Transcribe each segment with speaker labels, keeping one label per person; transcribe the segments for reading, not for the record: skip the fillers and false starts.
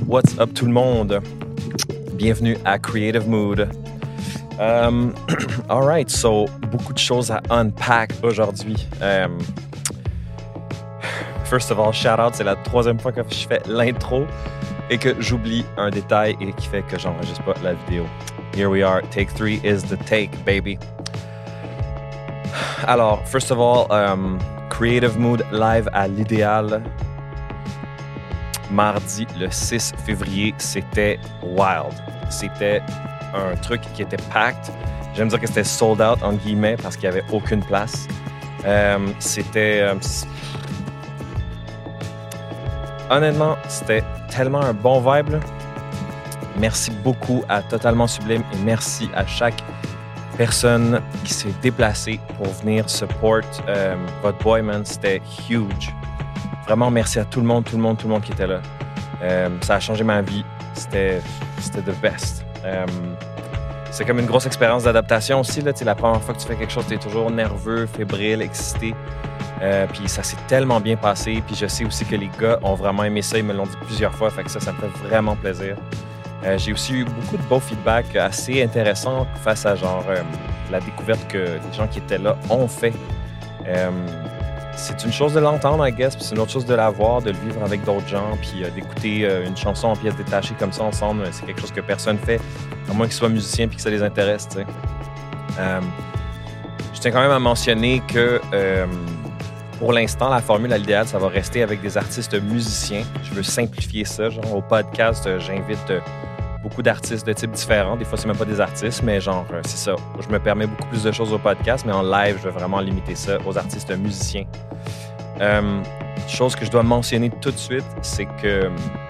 Speaker 1: What's up tout le monde? Bienvenue à Creative Mood. All right, so beaucoup de choses à unpack aujourd'hui. First of all, shout out, c'est la troisième fois que je fais l'intro et que j'oublie un détail et qui fait que j'enregistre pas la vidéo. Here we are, take 3 is the take, baby. Alors, first of all, Creative Mood live à l'Idéal. Mardi, le 6 février, c'était wild. C'était un truc qui était packed. J'aime dire que c'était sold out, entre guillemets, parce qu'il n'y avait aucune place. Honnêtement, c'était tellement un bon vibe, là. Merci beaucoup à Totalement Sublime et merci à chaque personne qui s'est déplacée pour venir support votre boy, man. C'était huge. Vraiment, merci à tout le monde qui était là. Ça a changé ma vie. C'était the best. C'est comme une grosse expérience d'adaptation aussi. Là. La première fois que tu fais quelque chose, tu es toujours nerveux, fébrile, excité. Puis ça s'est tellement bien passé. Puis je sais aussi que les gars ont vraiment aimé ça. Ils me l'ont dit plusieurs fois. Fait que ça me fait vraiment plaisir. J'ai aussi eu beaucoup de beaux feedbacks assez intéressants face à la découverte que les gens qui étaient là ont fait. C'est une chose de l'entendre, I guess, puis c'est une autre chose de la voir, de le vivre avec d'autres gens, puis d'écouter une chanson en pièces détachées comme ça ensemble. C'est quelque chose que personne fait, à moins qu'ils soient musiciens puis que ça les intéresse, tu sais. Je tiens quand même à mentionner que pour l'instant, la formule à l'Idéal, ça va rester avec des artistes musiciens. Je veux simplifier ça. Au podcast, j'invite beaucoup d'artistes de types différents. Des fois, c'est même pas des artistes, mais c'est ça. Je me permets beaucoup plus de choses au podcast, mais en live, je veux vraiment limiter ça aux artistes musiciens. Chose que je dois mentionner tout de suite, c'est que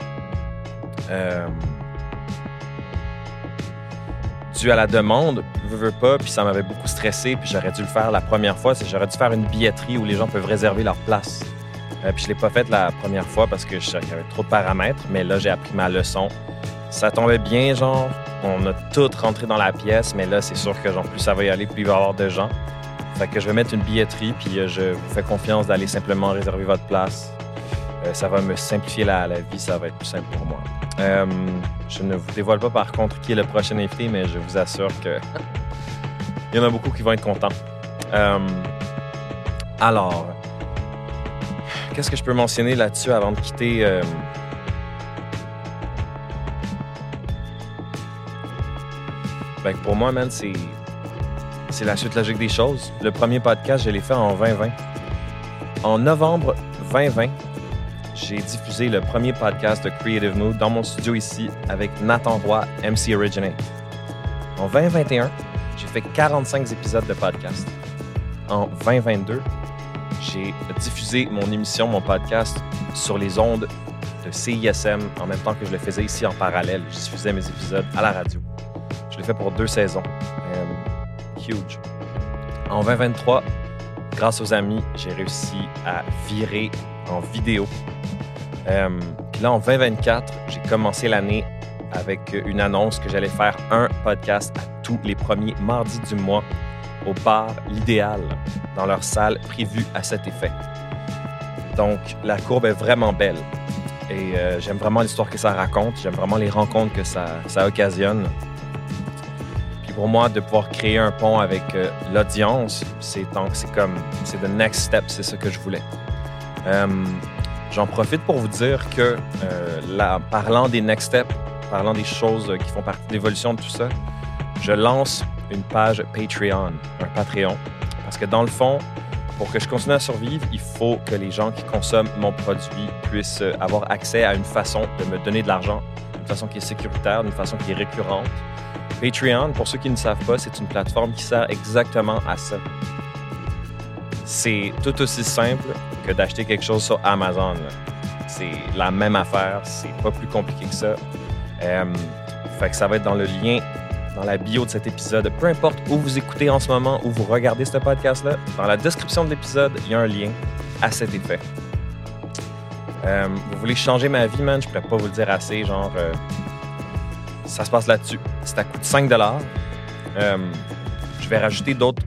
Speaker 1: dû à la demande, veux pas, puis ça m'avait beaucoup stressé, puis j'aurais dû le faire la première fois, j'aurais dû faire une billetterie où les gens peuvent réserver leur place. Puis je l'ai pas fait la première fois parce que il y avait trop de paramètres, mais là, j'ai appris ma leçon. Ça tombait bien, on a tout rentré dans la pièce, mais là, c'est sûr que plus ça va y aller, plus il va y avoir de gens. Fait que je vais mettre une billetterie, puis je vous fais confiance d'aller simplement réserver votre place. Ça va me simplifier la vie, ça va être plus simple pour moi. Je ne vous dévoile pas par contre qui est le prochain invité, mais je vous assure que il y en a beaucoup qui vont être contents. Alors, qu'est-ce que je peux mentionner là-dessus avant de quitter pour moi, man, c'est la suite logique des choses. Le premier podcast, je l'ai fait en 2020. En novembre 2020, j'ai diffusé le premier podcast de Creative Mood dans mon studio ici avec Nathan Roy, MC Originate. En 2021, j'ai fait 45 épisodes de podcast. En 2022, j'ai diffusé mon podcast sur les ondes de CISM en même temps que je le faisais ici en parallèle. Je diffusais mes épisodes à la radio. Je l'ai fait pour 2 saisons. Huge. En 2023, grâce aux amis, j'ai réussi à virer en vidéo. Puis là, en 2024, j'ai commencé l'année avec une annonce que j'allais faire un podcast à tous les premiers mardis du mois au bar L'Idéal, dans leur salle prévue à cet effet. Donc, la courbe est vraiment belle. Et j'aime vraiment l'histoire que ça raconte. J'aime vraiment les rencontres que ça occasionne. Pour moi, de pouvoir créer un pont avec l'audience, c'est the next step, c'est ce que je voulais. J'en profite pour vous dire que, parlant des next steps, parlant des choses qui font partie de l'évolution de tout ça, je lance une page Patreon, un Patreon. Parce que dans le fond, pour que je continue à survivre, il faut que les gens qui consomment mon produit puissent avoir accès à une façon de me donner de l'argent, d'une façon qui est sécuritaire, d'une façon qui est récurrente. Patreon, pour ceux qui ne savent pas, c'est une plateforme qui sert exactement à ça. C'est tout aussi simple que d'acheter quelque chose sur Amazon. C'est la même affaire, c'est pas plus compliqué que ça. Fait que ça va être dans le lien, dans la bio de cet épisode. Peu importe où vous écoutez en ce moment, où vous regardez ce podcast-là, dans la description de l'épisode, il y a un lien à cet effet. Vous voulez changer ma vie, man? Je pourrais pas vous le dire assez, ça se passe là-dessus. Ça coûte 5 $. Je vais rajouter d'autres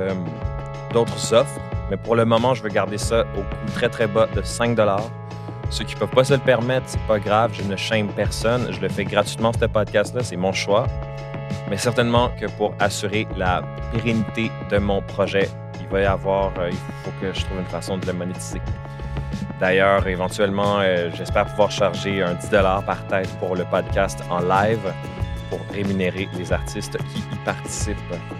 Speaker 1: offres, mais pour le moment, je veux garder ça au coût très, très bas de 5 $. Ceux qui ne peuvent pas se le permettre, c'est pas grave, je ne shame personne. Je le fais gratuitement, ce podcast-là, c'est mon choix. Mais certainement que pour assurer la pérennité de mon projet, il faut que je trouve une façon de le monétiser. D'ailleurs, éventuellement, j'espère pouvoir charger un 10 $ par tête pour le podcast en live pour rémunérer les artistes qui y participent.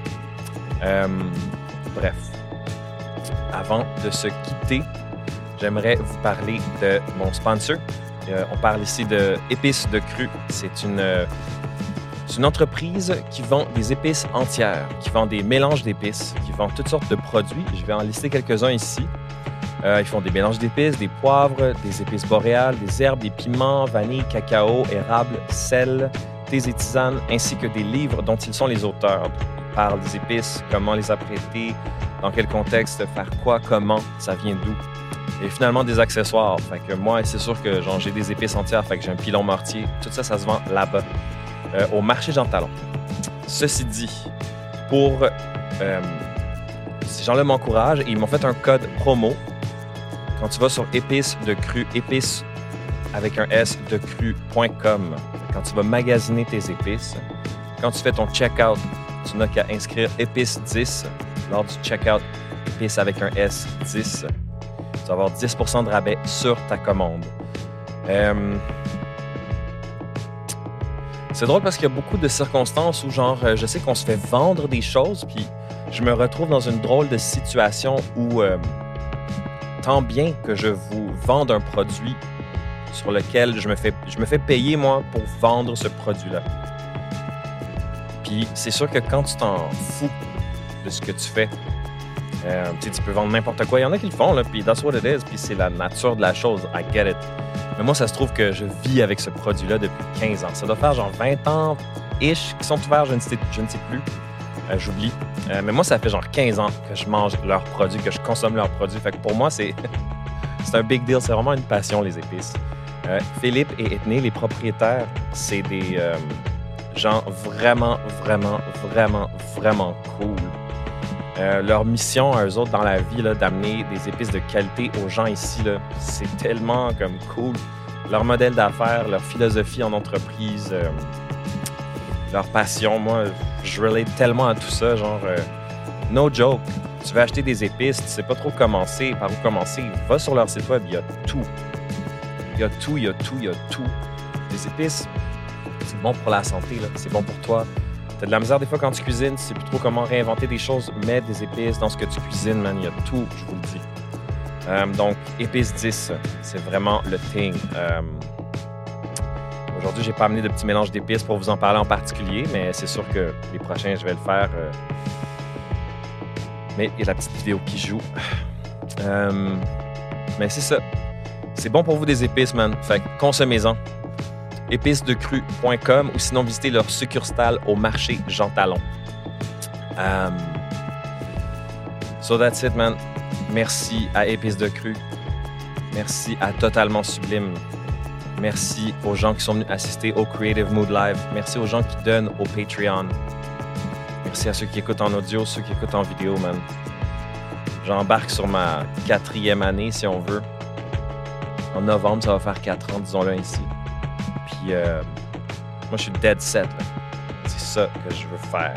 Speaker 1: Bref, avant de se quitter, j'aimerais vous parler de mon sponsor. On parle ici de Épices de Cru. C'est une entreprise qui vend des épices entières, qui vend des mélanges d'épices, qui vend toutes sortes de produits. Je vais en lister quelques-uns ici. Ils font des mélanges d'épices, des poivres, des épices boréales, des herbes, des piments, vanille, cacao, érable, sel, thés et tisanes, ainsi que des livres dont ils sont les auteurs. Ils parlent des épices, comment les apprêter, dans quel contexte, faire quoi, comment, ça vient d'où. Et finalement, des accessoires. Fait que moi, c'est sûr que j'ai des épices entières, fait que j'ai un pilon mortier. Tout ça, ça se vend là-bas, au marché Jean Talon. Ceci dit, pour ces gens-là m'encouragent et ils m'ont fait un code promo. Quand tu vas sur épices de cru, épices avec un S de cru.com, quand tu vas magasiner tes épices, quand tu fais ton check-out, tu n'as qu'à inscrire épices 10 lors du check-out épices avec un S 10. Tu vas avoir 10% de rabais sur ta commande. C'est drôle parce qu'il y a beaucoup de circonstances où, je sais qu'on se fait vendre des choses, puis je me retrouve dans une drôle de situation où, tant bien que je vous vende un produit sur lequel je me fais payer, moi, pour vendre ce produit-là. Puis c'est sûr que quand tu t'en fous de ce que tu fais, tu peux vendre n'importe quoi. Il y en a qui le font, là, puis that's what it is, puis c'est la nature de la chose. I get it. Mais moi, ça se trouve que je vis avec ce produit-là depuis 15 ans. Ça doit faire 20 ans-ish qui sont ouverts, je ne sais plus. J'oublie. Mais moi, ça fait 15 ans que je mange leurs produits, que je consomme leurs produits. Fait que pour moi, c'est un big deal. C'est vraiment une passion, les épices. Philippe et Ethné, les propriétaires, c'est des gens vraiment, vraiment, vraiment, vraiment cool. Leur mission à eux autres dans la vie, là, d'amener des épices de qualité aux gens ici, là, c'est tellement comme cool. Leur modèle d'affaires, leur philosophie en entreprise, leur passion, moi, je relate tellement à tout ça, no joke. Tu veux acheter des épices, tu sais pas trop par où commencer, va sur leur site web, il y a tout. Il y a tout. Des épices, c'est bon pour la santé, là, c'est bon pour toi. T'as de la misère des fois quand tu cuisines, tu sais plus trop comment réinventer des choses, mets des épices dans ce que tu cuisines, man, il y a tout, je vous le dis. Donc, épices 10, c'est vraiment le thing. Aujourd'hui, j'ai pas amené de petits mélanges d'épices pour vous en parler en particulier, mais c'est sûr que les prochains, je vais le faire. Mais il y a la petite vidéo qui joue. Mais c'est ça. C'est bon pour vous des épices, man. Fait que consommez-en. Épices-de-cru.com ou sinon visitez leur succursale au marché Jean Talon. So that's it, man. Merci à Épices de Cru. Merci à Totalement Sublime. Merci aux gens qui sont venus assister au Creative Mood Live. Merci aux gens qui donnent au Patreon. Merci à ceux qui écoutent en audio, ceux qui écoutent en vidéo, man. J'embarque sur ma 4e année, si on veut. En novembre, ça va faire 4 ans, disons-le ainsi. Puis, moi, je suis dead set, là. C'est ça que je veux faire.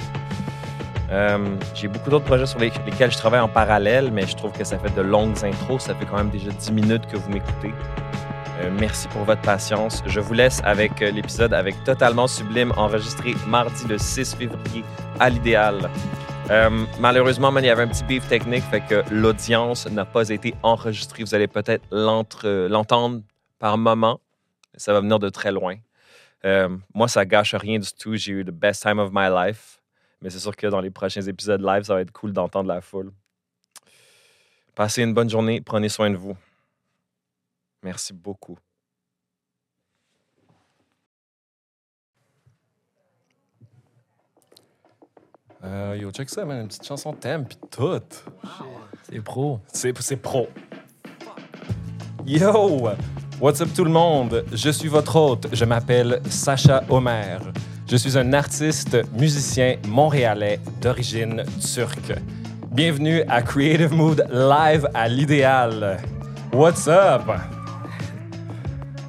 Speaker 1: J'ai beaucoup d'autres projets sur lesquels je travaille en parallèle, mais je trouve que ça fait de longues intros. Ça fait quand même déjà 10 minutes que vous m'écoutez. Merci pour votre patience. Je vous laisse avec l'épisode avec Totalement Sublime, enregistré mardi le 6 février à l'Idéal. Malheureusement, man, il y avait un petit beef technique, fait que l'audience n'a pas été enregistrée. Vous allez peut-être l'entendre par moment. Ça va venir de très loin. Moi, ça gâche rien du tout. J'ai eu the best time of my life. Mais c'est sûr que dans les prochains épisodes live, ça va être cool d'entendre la foule. Passez une bonne journée. Prenez soin de vous. Merci beaucoup. Yo, check ça, man. Une petite chanson thème, pis tout. Wow.
Speaker 2: C'est pro.
Speaker 1: C'est pro. Yo! What's up tout le monde? Je suis votre hôte. Je m'appelle Sacha Omer. Je suis un artiste musicien montréalais d'origine turque. Bienvenue à Creative Mood Live à l'Idéal. What's up?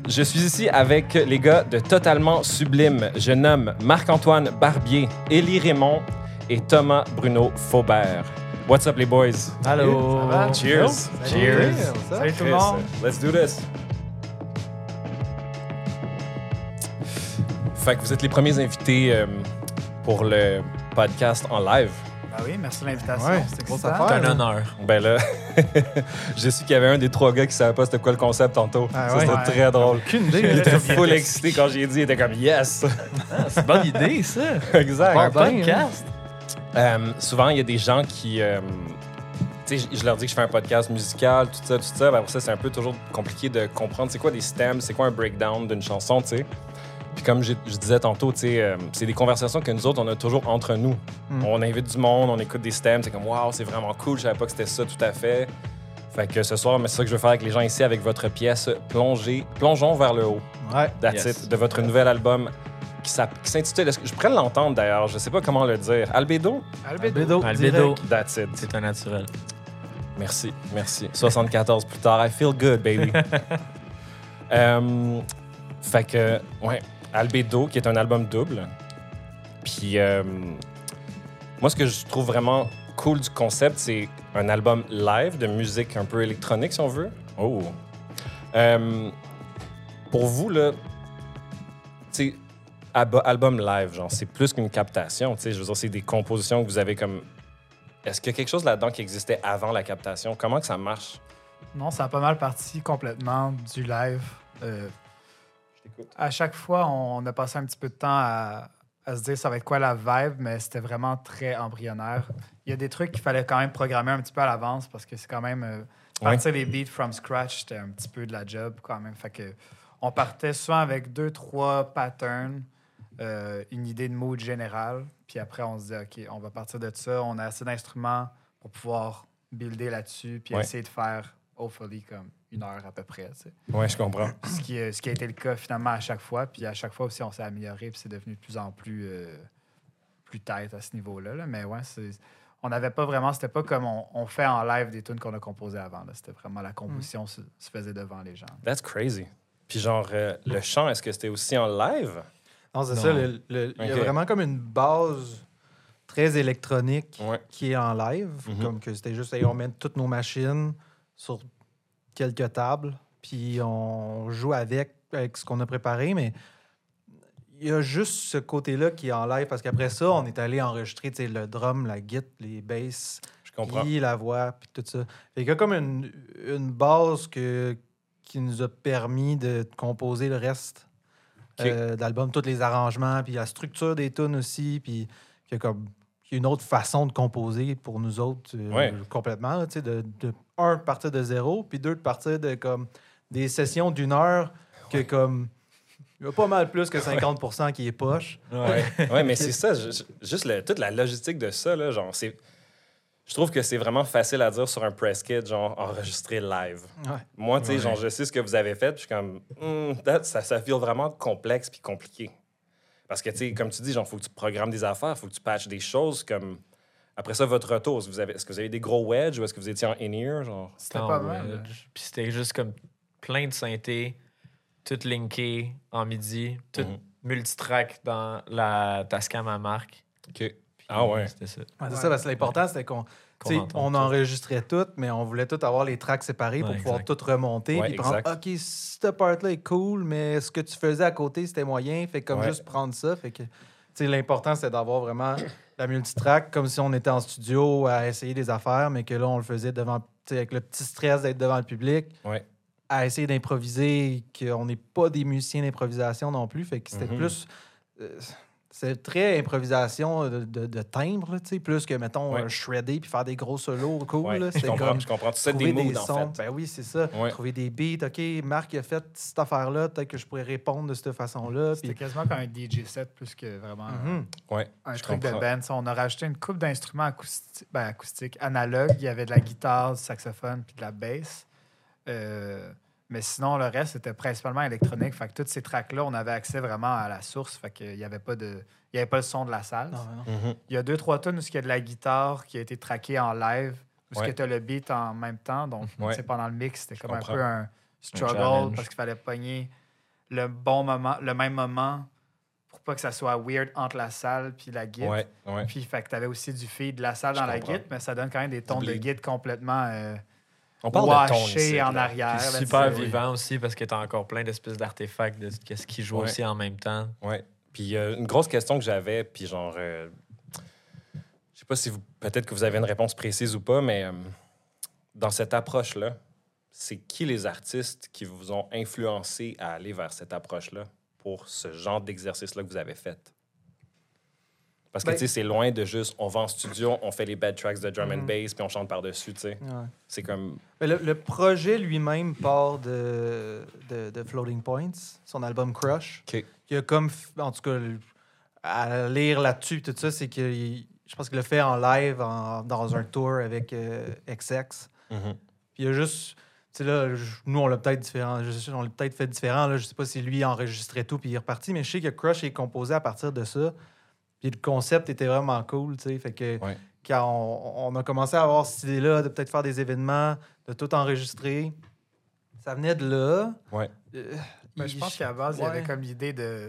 Speaker 1: Je suis ici avec les gars de Totalement Sublime. Je nomme Marc-Antoine Barbier, Élie Raymond et Thomas Bruno Faubert. What's up, les boys?
Speaker 2: Allô.
Speaker 3: Ça va?
Speaker 1: Cheers.
Speaker 2: Cheers.
Speaker 3: Salut tout le monde.
Speaker 1: Let's do this. Fait que vous êtes les premiers invités pour le podcast en live.
Speaker 3: Ben oui, merci de l'invitation.
Speaker 2: Ouais,
Speaker 3: c'est
Speaker 2: grosse
Speaker 3: excitant.
Speaker 2: affaire. C'est un honneur.
Speaker 1: Ben là, je sais qu'il y avait un des trois gars qui savait pas c'était quoi le concept tantôt.
Speaker 2: Ah
Speaker 1: Ça,
Speaker 2: ouais?
Speaker 1: c'était très drôle.
Speaker 2: Aucune idée.
Speaker 1: Il était
Speaker 3: Il
Speaker 1: full
Speaker 3: était
Speaker 1: excité quand j'ai dit. Il était comme « Yes!
Speaker 2: C'est une bonne idée, ça. »
Speaker 1: Exact.
Speaker 2: Un podcast.
Speaker 1: Souvent, il y a des gens qui... tu sais, je leur dis que je fais un podcast musical, tout ça. Ben, pour ça, c'est un peu toujours compliqué de comprendre c'est quoi des stems, c'est quoi un breakdown d'une chanson, tu sais. Puis comme je disais tantôt, tu sais, c'est des conversations que nous autres, on a toujours entre nous. On invite du monde, on écoute des stems, c'est comme « Wow, c'est vraiment cool, je savais pas que c'était ça tout à fait. » Fait que ce soir, mais c'est ça que je veux faire avec les gens ici, avec votre pièce Plongeons vers le haut.
Speaker 2: Ouais.
Speaker 1: That's
Speaker 2: Yes.
Speaker 1: it, de votre nouvel album qui s'intitule, je pourrais l'entendre d'ailleurs, je sais pas comment le dire. Albedo?
Speaker 3: Albedo.
Speaker 2: Albedo.
Speaker 1: That's it.
Speaker 2: C'est un naturel.
Speaker 1: Merci. 74 plus tard, I feel good, baby. Fait que, ouais, Albedo, qui est un album double. Puis, moi, ce que je trouve vraiment cool du concept, c'est un album live de musique un peu électronique, si on veut. Oh! Pour vous, là, tu sais, album live, genre, c'est plus qu'une captation, tu sais, je veux dire, c'est des compositions que vous avez comme... Est-ce qu'il y a quelque chose là-dedans qui existait avant la captation? Comment que ça marche?
Speaker 3: Non, ça a pas mal parti complètement du live.
Speaker 1: Je t'écoute.
Speaker 3: À chaque fois, on a passé un petit peu de temps à se dire ça va être quoi la vibe, mais c'était vraiment très embryonnaire. Il y a des trucs qu'il fallait quand même programmer un petit peu à l'avance parce que c'est quand même... partir les beats from scratch, c'était un petit peu de la job quand même. Fait que on partait souvent avec 2-3 patterns, une idée de mood générale, puis après on se dit OK, on va partir de ça, on a assez d'instruments pour pouvoir builder là-dessus, puis essayer de faire hopefully comme 1 heure à peu près, tu sais.
Speaker 1: Ouais, je comprends.
Speaker 3: Ce qui a été le cas finalement à chaque fois, puis à chaque fois aussi on s'est amélioré, puis c'est devenu de plus en plus tight à ce niveau-là, là. Mais ouais, on n'avait pas vraiment, c'était pas comme on fait en live des tunes qu'on a composées avant, là. C'était vraiment la composition se faisait devant les gens.
Speaker 1: That's crazy. Puis genre, le chant, est-ce que c'était aussi en live?
Speaker 4: Non, c'est
Speaker 2: Non.
Speaker 4: ça. Il y a
Speaker 1: Ok.
Speaker 4: vraiment comme une base très électronique
Speaker 1: Ouais.
Speaker 4: qui est en live. Comme que c'était juste, hey, on met toutes nos machines sur quelques tables, puis on joue avec ce qu'on a préparé, mais il y a juste ce côté-là qui est en live, parce qu'après ça, on est allé enregistrer le drum, la guitare, les basses,
Speaker 1: Je comprends.
Speaker 4: puis la voix, puis tout ça. Fait qu'il y a comme une base qui nous a permis de composer le reste
Speaker 1: Ok.
Speaker 4: de l'album, tous les arrangements, puis la structure des tunes aussi, puis qu'il y a comme une autre façon de composer pour nous autres complètement, là, tu sais, de partir de zéro, puis 2, de partir de comme des sessions d'1 heure que comme il y a pas mal plus que 50% qui est poche.
Speaker 1: Ouais, mais c'est ça, juste toute la logistique de ça, là, genre, je trouve que c'est vraiment facile à dire sur un press kit, genre, enregistrer live.
Speaker 4: Ouais.
Speaker 1: Moi, tu sais, genre, je sais ce que vous avez fait, puis je suis comme, ça feel vraiment complexe puis compliqué. Parce que, tu sais, comme tu dis, genre, faut que tu programmes des affaires, faut que tu patches des choses, comme... Après ça, votre retour, est-ce que vous avez des gros wedges ou est-ce que vous étiez en in-ear, genre?
Speaker 3: C'était
Speaker 2: En
Speaker 3: pas mal.
Speaker 2: wedge. Puis c'était juste comme plein de synthés, tout linké en midi, tout multitrack dans la Tascam à Marc.
Speaker 1: OK.
Speaker 2: Puis,
Speaker 1: Ah ouais.
Speaker 2: C'était ça.
Speaker 4: Ouais, c'est ça, parce que l'important, c'était qu'on tu sais,
Speaker 2: entend
Speaker 4: on
Speaker 2: tout.
Speaker 4: enregistrait tout, mais on voulait tout avoir les tracks séparés pour
Speaker 2: Ouais,
Speaker 4: pouvoir
Speaker 2: exact.
Speaker 4: tout remonter.
Speaker 1: Ouais,
Speaker 4: Puis prendre,
Speaker 1: exact.
Speaker 4: OK, cette part-là est cool, mais ce que tu faisais à côté, c'était moyen. Fait que comme
Speaker 1: Ouais.
Speaker 4: juste prendre ça. Fait que, tu sais, l'important, c'est d'avoir vraiment la multitrack, comme si on était en studio à essayer des affaires, mais que là, on le faisait devant, tu sais, avec le petit stress d'être devant le public,
Speaker 1: Ouais.
Speaker 4: à essayer d'improviser, qu'on n'est pas des musiciens d'improvisation non plus. Fait que c'était plus... c'est très improvisation de timbre, là, tu sais, plus que, mettons,
Speaker 1: Ouais.
Speaker 4: shredder puis faire des gros solos cool.
Speaker 1: Ouais,
Speaker 4: là.
Speaker 1: je
Speaker 4: C'était
Speaker 1: comprends,
Speaker 4: comme
Speaker 1: je comprends. Tu sais, des
Speaker 4: trouver
Speaker 1: moods, en
Speaker 4: sons.
Speaker 1: fait.
Speaker 4: Ben oui, c'est ça.
Speaker 1: Ouais.
Speaker 4: Trouver des beats. OK, Marc a fait cette affaire-là, peut-être que je pourrais répondre de cette façon-là.
Speaker 3: C'était
Speaker 4: Puis...
Speaker 3: quasiment comme un DJ set plus que vraiment
Speaker 1: Ouais,
Speaker 3: un
Speaker 1: je
Speaker 3: truc de
Speaker 1: comprends.
Speaker 3: band. Ça, on a rajouté une couple d'instruments acoustiques, analogues. Il y avait de la guitare, du saxophone puis de la bass. Mais sinon, le reste, c'était principalement électronique. Fait que toutes ces tracks-là, on avait accès vraiment à la source. Fait qu'il n'y avait pas le son de la salle.
Speaker 4: Non, non.
Speaker 3: Il y a 2-3 tonnes où il y a de la guitare qui a été trackée en live, où
Speaker 1: Ouais.
Speaker 3: tu as le beat en même temps. Donc,
Speaker 1: Ouais.
Speaker 3: pendant le mix, c'était comme un
Speaker 1: comprends.
Speaker 3: peu un struggle
Speaker 2: challenge.
Speaker 3: parce qu'il fallait pogner le bon moment, le même moment, pour pas que ça soit weird entre la salle puis la guide.
Speaker 1: Ouais.
Speaker 3: Puis, fait que t'avais aussi du feed de la salle dans la
Speaker 1: comprends.
Speaker 3: guide, mais ça donne quand même des tons de guide complètement
Speaker 1: On parle de ton
Speaker 3: washés
Speaker 1: ici,
Speaker 3: en
Speaker 1: là.
Speaker 3: arrière.
Speaker 2: Puis
Speaker 3: là,
Speaker 2: super
Speaker 3: tu sais.
Speaker 2: vivant aussi parce que t'as encore plein d'espèces d'artefacts de ce qui joue aussi en même temps.
Speaker 1: Ouais. Puis une grosse question que j'avais, puis genre, je sais pas si peut-être que vous avez une réponse précise ou pas, mais dans cette approche-là, c'est qui les artistes qui vous ont influencé à aller vers cette approche-là pour ce genre d'exercice-là que vous avez fait? Parce que, tu sais, c'est loin de juste, on va en studio, on fait les bad tracks de drum and bass, puis on chante par-dessus, tu sais.
Speaker 4: Ouais.
Speaker 1: C'est comme...
Speaker 4: Mais le projet lui-même part de Floating Points, son album Crush.
Speaker 1: OK.
Speaker 4: Il a comme, en tout cas, à lire là-dessus, tout ça, c'est que je pense qu'il l'a fait en live dans un tour avec XX.
Speaker 1: Mhm.
Speaker 4: Puis il a juste... Tu sais, là, nous, on l'a peut-être différent. On l'a peut-être fait différent. Là. Je sais pas si lui enregistrait tout puis il est reparti, mais je sais que Crush est composé à partir de ça. Puis le concept était vraiment cool, tu sais. Fait que quand on a commencé à avoir cette idée-là de peut-être faire des événements, de tout enregistrer, ça venait de là.
Speaker 1: Ouais.
Speaker 3: Mais je pense qu'à la base, il y avait comme l'idée de...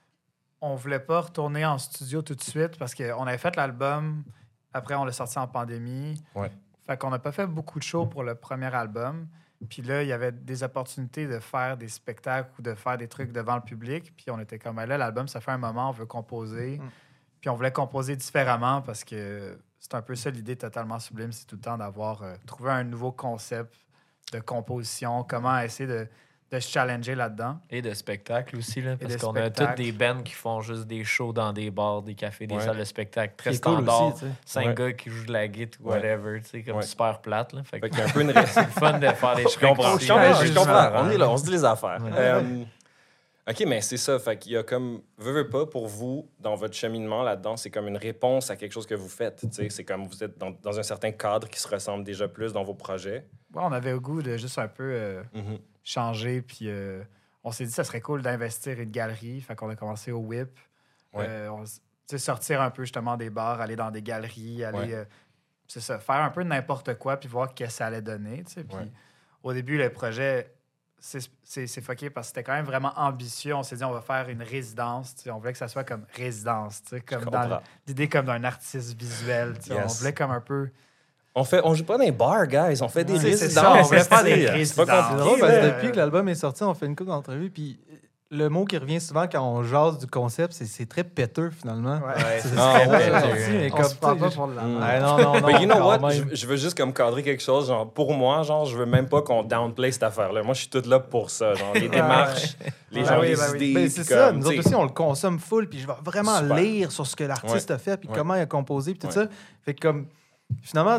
Speaker 3: On voulait pas retourner en studio tout de suite parce qu'on avait fait l'album, après on l'a sorti en pandémie.
Speaker 1: Ouais.
Speaker 3: Fait qu'on n'a pas fait beaucoup de shows pour le premier album. Puis là, il y avait des opportunités de faire des spectacles ou de faire des trucs devant le public. Puis on était comme, là, l'album, ça fait un moment, on veut composer. Puis on voulait composer différemment parce que c'est un peu ça l'idée totalement sublime, c'est tout le temps d'avoir trouvé un nouveau concept de composition, comment essayer de se challenger là-dedans.
Speaker 2: Et de spectacles aussi, là, parce
Speaker 3: de
Speaker 2: qu'on a
Speaker 3: spectacles.
Speaker 2: toutes des bands qui font juste des shows dans des bars, des cafés, des salles de spectacle. Très
Speaker 4: C'est cool
Speaker 2: standard.
Speaker 4: aussi, tu sais.
Speaker 2: 5 gars qui jouent de la guitare ou whatever, tu sais, comme super plate. Là. Fait
Speaker 1: Fait
Speaker 2: que
Speaker 1: qu'il y a un peu une
Speaker 2: c'est le fun de faire des trucs.
Speaker 1: Je comprends.
Speaker 2: différents.
Speaker 1: On est là, on se dit les affaires.
Speaker 2: Ouais.
Speaker 1: OK, mais c'est ça. Fait qu'il y a comme... Veux pas, pour vous, dans votre cheminement là-dedans, c'est comme une réponse à quelque chose que vous faites. Tu sais, c'est comme vous êtes dans un certain cadre qui se ressemble déjà plus dans vos projets.
Speaker 3: Ouais, on avait le goût de juste un peu changer, puis on s'est dit que ça serait cool d'investir une galerie. Fait qu'on a commencé au WIP.
Speaker 1: Ouais.
Speaker 3: Sortir un peu justement des bars, aller dans des galeries, aller... c'est ça, faire un peu n'importe quoi, puis voir qu'est-ce que ça allait donner. Tu sais. Puis au début, le projet... C'est fucké parce que c'était quand même vraiment ambitieux. On s'est dit, on va faire une résidence. Tu sais. On voulait que ça soit comme résidence, tu sais, comme dans l'idée comme d'un artiste visuel. Tu sais. On voulait comme un peu...
Speaker 1: On joue pas dans les bars, guys. On fait des résidences.
Speaker 3: C'est ça, on voulait faire des résidences.
Speaker 4: C'est drôle parce que depuis que l'album est sorti, on fait une couple d'entrevues, puis le mot qui revient souvent quand on jase du concept, c'est très péteux, finalement.
Speaker 3: Ouais.
Speaker 4: C'est
Speaker 1: Ah,
Speaker 4: très
Speaker 1: ouais.
Speaker 4: gentil, mais
Speaker 3: On
Speaker 4: comme
Speaker 3: se prend
Speaker 4: tu
Speaker 3: pas
Speaker 4: sais,
Speaker 3: pour de la
Speaker 4: non.
Speaker 1: Mais you know
Speaker 4: quand
Speaker 1: what?
Speaker 4: même.
Speaker 1: Je veux juste comme cadrer quelque chose. Genre, pour moi, genre, je veux même pas qu'on downplay cette affaire-là. Moi, je suis tout là pour ça. Genre, les démarches, les gens, les idées.
Speaker 4: Ben, c'est
Speaker 1: puis
Speaker 4: ça,
Speaker 1: comme,
Speaker 4: nous autres
Speaker 1: tu sais,
Speaker 4: aussi, on le consomme full, puis je vais vraiment
Speaker 1: Super.
Speaker 4: lire sur ce que l'artiste a fait, puis comment il a composé, puis tout ça. Fait que comme, finalement,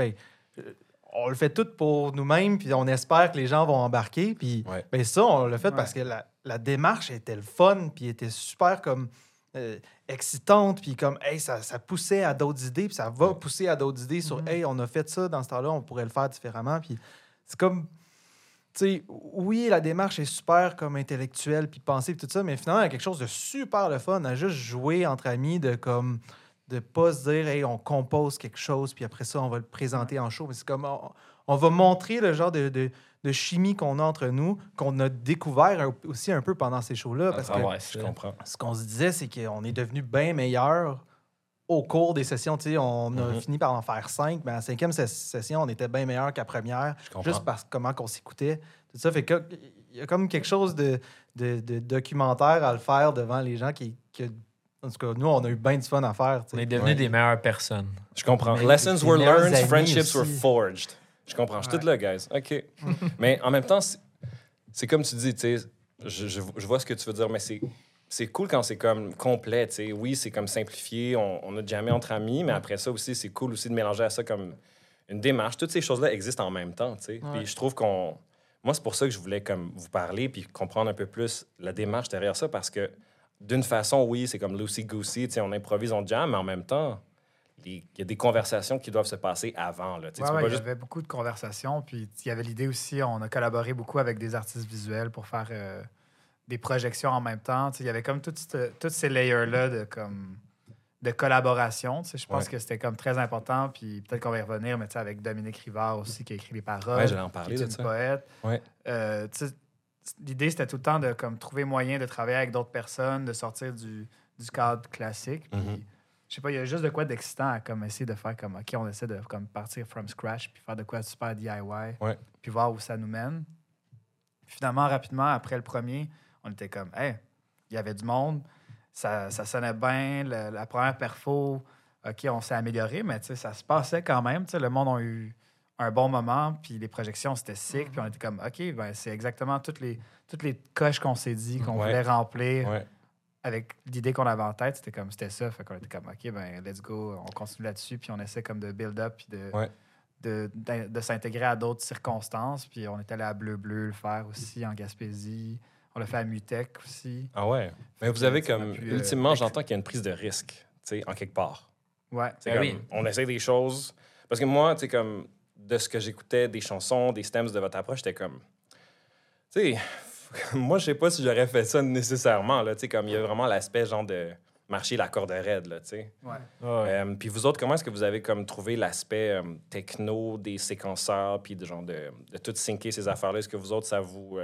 Speaker 4: on le fait tout pour nous-mêmes, puis on espère que les gens vont embarquer, puis ben ça, on l'a fait parce que la démarche était le fun, puis était super comme excitante, puis comme, hey, ça poussait à d'autres idées, puis ça va pousser à d'autres idées sur, hey, on a fait ça dans ce temps-là, on pourrait le faire différemment, puis c'est comme... Tu sais, oui, la démarche est super comme intellectuelle, puis pensée, puis tout ça, mais finalement, il y a quelque chose de super le fun à juste jouer entre amis, de pas se dire, hey, on compose quelque chose, puis après ça, on va le présenter en show. Mais c'est comme, on va montrer le genre de chimie qu'on a entre nous, qu'on a découvert aussi un peu pendant ces shows-là. Parce que
Speaker 1: je comprends.
Speaker 4: ce qu'on se disait, c'est qu'on est devenu bien meilleur au cours des sessions. Tu sais, on a fini par en faire 5, mais à la 5e session, on était bien meilleur qu'à la première, juste parce que comment qu'on s'écoutait. Tout ça fait que il y a comme quelque chose de documentaire à le faire devant les gens qui en tout cas, nous, on a eu bien du fun à faire. T'sais.
Speaker 2: On est devenus des meilleures personnes.
Speaker 1: Je comprends.
Speaker 4: Mais
Speaker 1: Lessons
Speaker 4: des
Speaker 1: were
Speaker 4: meilleurs
Speaker 1: learned,
Speaker 4: amis
Speaker 1: friendships
Speaker 4: aussi.
Speaker 1: were forged. Je comprends. Je suis tout là, guys. OK. Mais en même temps, c'est comme tu dis, tu sais, je vois ce que tu veux dire, mais c'est cool quand c'est comme complet, tu sais. Oui, c'est comme simplifié, on a jamais entre amis, mais après ça aussi, c'est cool aussi de mélanger à ça comme une démarche. Toutes ces choses-là existent en même temps, tu sais.
Speaker 4: Ouais.
Speaker 1: Puis je trouve moi, c'est pour ça que je voulais comme vous parler puis comprendre un peu plus la démarche derrière ça, parce que d'une façon, oui, c'est comme loosey-goosey, tu sais, on improvise, on jam, mais en même temps, il y a des conversations qui doivent se passer avant, là. Tu sais, tu peux pas
Speaker 3: il y avait beaucoup de conversations, puis il y avait l'idée aussi, on a collaboré beaucoup avec des artistes visuels pour faire des projections en même temps. Tu sais, il y avait comme tous ces layers-là de collaboration. Tu sais, je pense que c'était comme très important, puis peut-être qu'on va y revenir, mais tu sais, avec Dominique Rivard aussi, qui a écrit les paroles.
Speaker 1: Ouais, j'allais en parler
Speaker 3: qui est
Speaker 1: de
Speaker 3: une
Speaker 1: ça.
Speaker 3: poète.
Speaker 1: Ouais.
Speaker 3: Tu sais, l'idée, c'était tout le temps de comme, trouver moyen de travailler avec d'autres personnes, de sortir du cadre classique. Puis, je sais pas, il y a juste de quoi d'excitant à comme, essayer de faire comme, OK, on essaie de comme, partir from scratch puis faire de quoi super DIY, puis voir où ça nous mène. Puis, finalement, rapidement, après le premier, on était comme, hey, il y avait du monde, ça sonnait bien, la première perfo, OK, on s'est amélioré, mais ça se passait quand même. Le monde a eu un bon moment, puis les projections, c'était sick, puis on était comme, OK, ben, c'est exactement toutes les coches qu'on s'est dit, qu'on voulait remplir avec l'idée qu'on avait en tête. C'était ça. Fait qu'on était comme, OK, ben, let's go, on continue là-dessus, puis on essaie comme de build up, puis de s'intégrer à d'autres circonstances. Puis on est allé à Bleu le faire aussi, en Gaspésie. On l'a fait à Mutech aussi.
Speaker 1: Ah ouais. Mais vous avez comme, ultimement, j'entends qu'il y a une prise de risque, tu sais, en quelque part.
Speaker 3: Ouais.
Speaker 1: On essaie des choses. Parce que moi, tu sais, comme, de ce que j'écoutais, des chansons, des stems de votre approche, j'étais comme, tu sais, moi, je sais pas si j'aurais fait ça nécessairement, là, tu sais, comme, il y a vraiment l'aspect, genre, de marcher la corde raide, là, tu sais.
Speaker 3: Ouais.
Speaker 1: Puis vous autres, comment est-ce que vous avez, comme, trouvé l'aspect techno des séquenceurs, puis de tout syncer ces affaires-là? Est-ce que vous autres,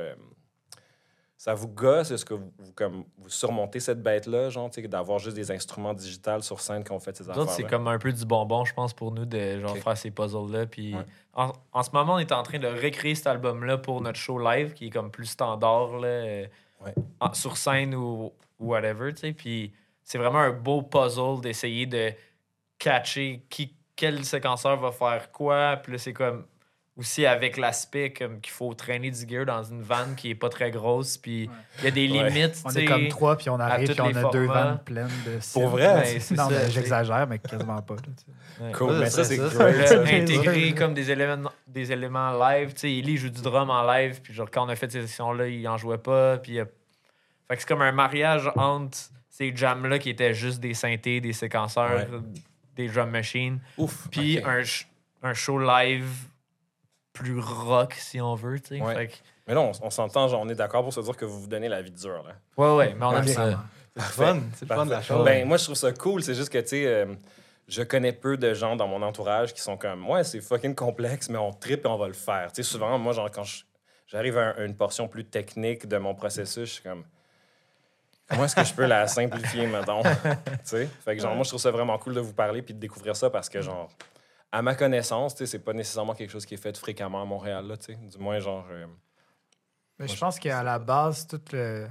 Speaker 1: ça vous gosse? Est-ce que vous surmontez cette bête-là, genre, d'avoir juste des instruments digitaux sur scène quand on fait ces affaires-là?
Speaker 2: C'est comme un peu du bonbon, je pense, pour nous, de faire ces puzzles-là. Puis en ce moment, on est en train de recréer cet album-là pour notre show live, qui est comme plus standard, là, sur scène ou whatever, tu sais. Puis c'est vraiment un beau puzzle d'essayer de catcher quel séquenceur va faire quoi. Puis là, c'est comme... Aussi avec l'aspect comme qu'il faut traîner du gear dans une vanne qui est pas très grosse, puis il y a des limites.
Speaker 3: On est comme 3, puis on arrive, puis on a 2 vannes pleines de
Speaker 1: Pour vrai?
Speaker 3: Non, mais j'exagère, mais quasiment pas.
Speaker 1: Cool, mais ça, c'est
Speaker 2: intégrer comme des éléments live. Tu sais, Ellie joue du drum en live, puis genre quand on a fait ces sessions-là, il en jouait pas. Puis fait que c'est comme un mariage entre ces jams-là qui étaient juste des synthés, des séquenceurs, des drum machines.
Speaker 1: Ouf.
Speaker 2: Puis un show live plus rock, si on veut, tu sais.
Speaker 1: Ouais. Mais là, on s'entend, genre, on est d'accord pour se dire que vous vous donnez la vie dure, là.
Speaker 2: Ouais, mais on aime ça.
Speaker 4: C'est fun. C'est le fun de la chose.
Speaker 1: Ben, moi, je trouve ça cool. C'est juste que, tu sais, je connais peu de gens dans mon entourage qui sont comme, ouais, c'est fucking complexe, mais on trippe et on va le faire. Tu sais, souvent, moi, genre, quand j'arrive à une portion plus technique de mon processus, je suis comme, comment est-ce que je peux la simplifier, mettons? Tu sais? Fait que, genre, moi, je trouve ça vraiment cool de vous parler puis de découvrir ça parce que, genre, à ma connaissance, c'est pas nécessairement quelque chose qui est fait fréquemment à Montréal, là, du moins, genre...
Speaker 3: Mais je pense qu'à la base, tout le...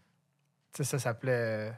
Speaker 3: ça s'appelait...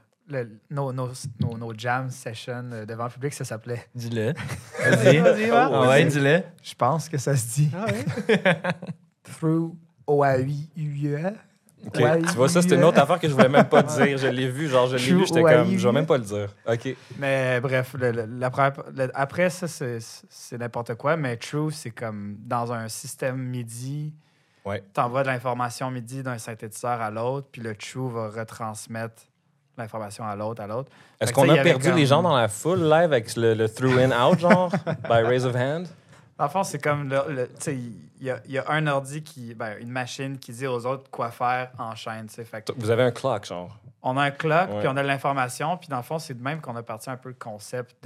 Speaker 3: Nos jam sessions devant le public, ça s'appelait...
Speaker 2: Dis-le. Vas-y. Dis-le.
Speaker 3: Je pense que ça se dit.
Speaker 4: Ah ouais?
Speaker 3: Through OAUE.
Speaker 1: OK. Tu vois, ça, c'est une autre affaire que je voulais même pas dire. Je l'ai vu, genre, j'étais comme, je vais même pas le dire. OK.
Speaker 3: Mais bref, après ça, c'est n'importe quoi, mais True, c'est comme dans un système MIDI, t'envoies de l'information MIDI d'un synthétiseur à l'autre, puis le True va retransmettre l'information à l'autre.
Speaker 1: Est-ce qu'on a perdu les gens dans la foule live avec le through-in-out, genre, by raise of hand?
Speaker 3: En fond, c'est comme, il y a un ordi une machine qui dit aux autres quoi faire en chaîne.
Speaker 1: Vous avez un clock, genre?
Speaker 3: On a un clock, puis on a de l'information, puis dans le fond, c'est de même qu'on a parti un peu le concept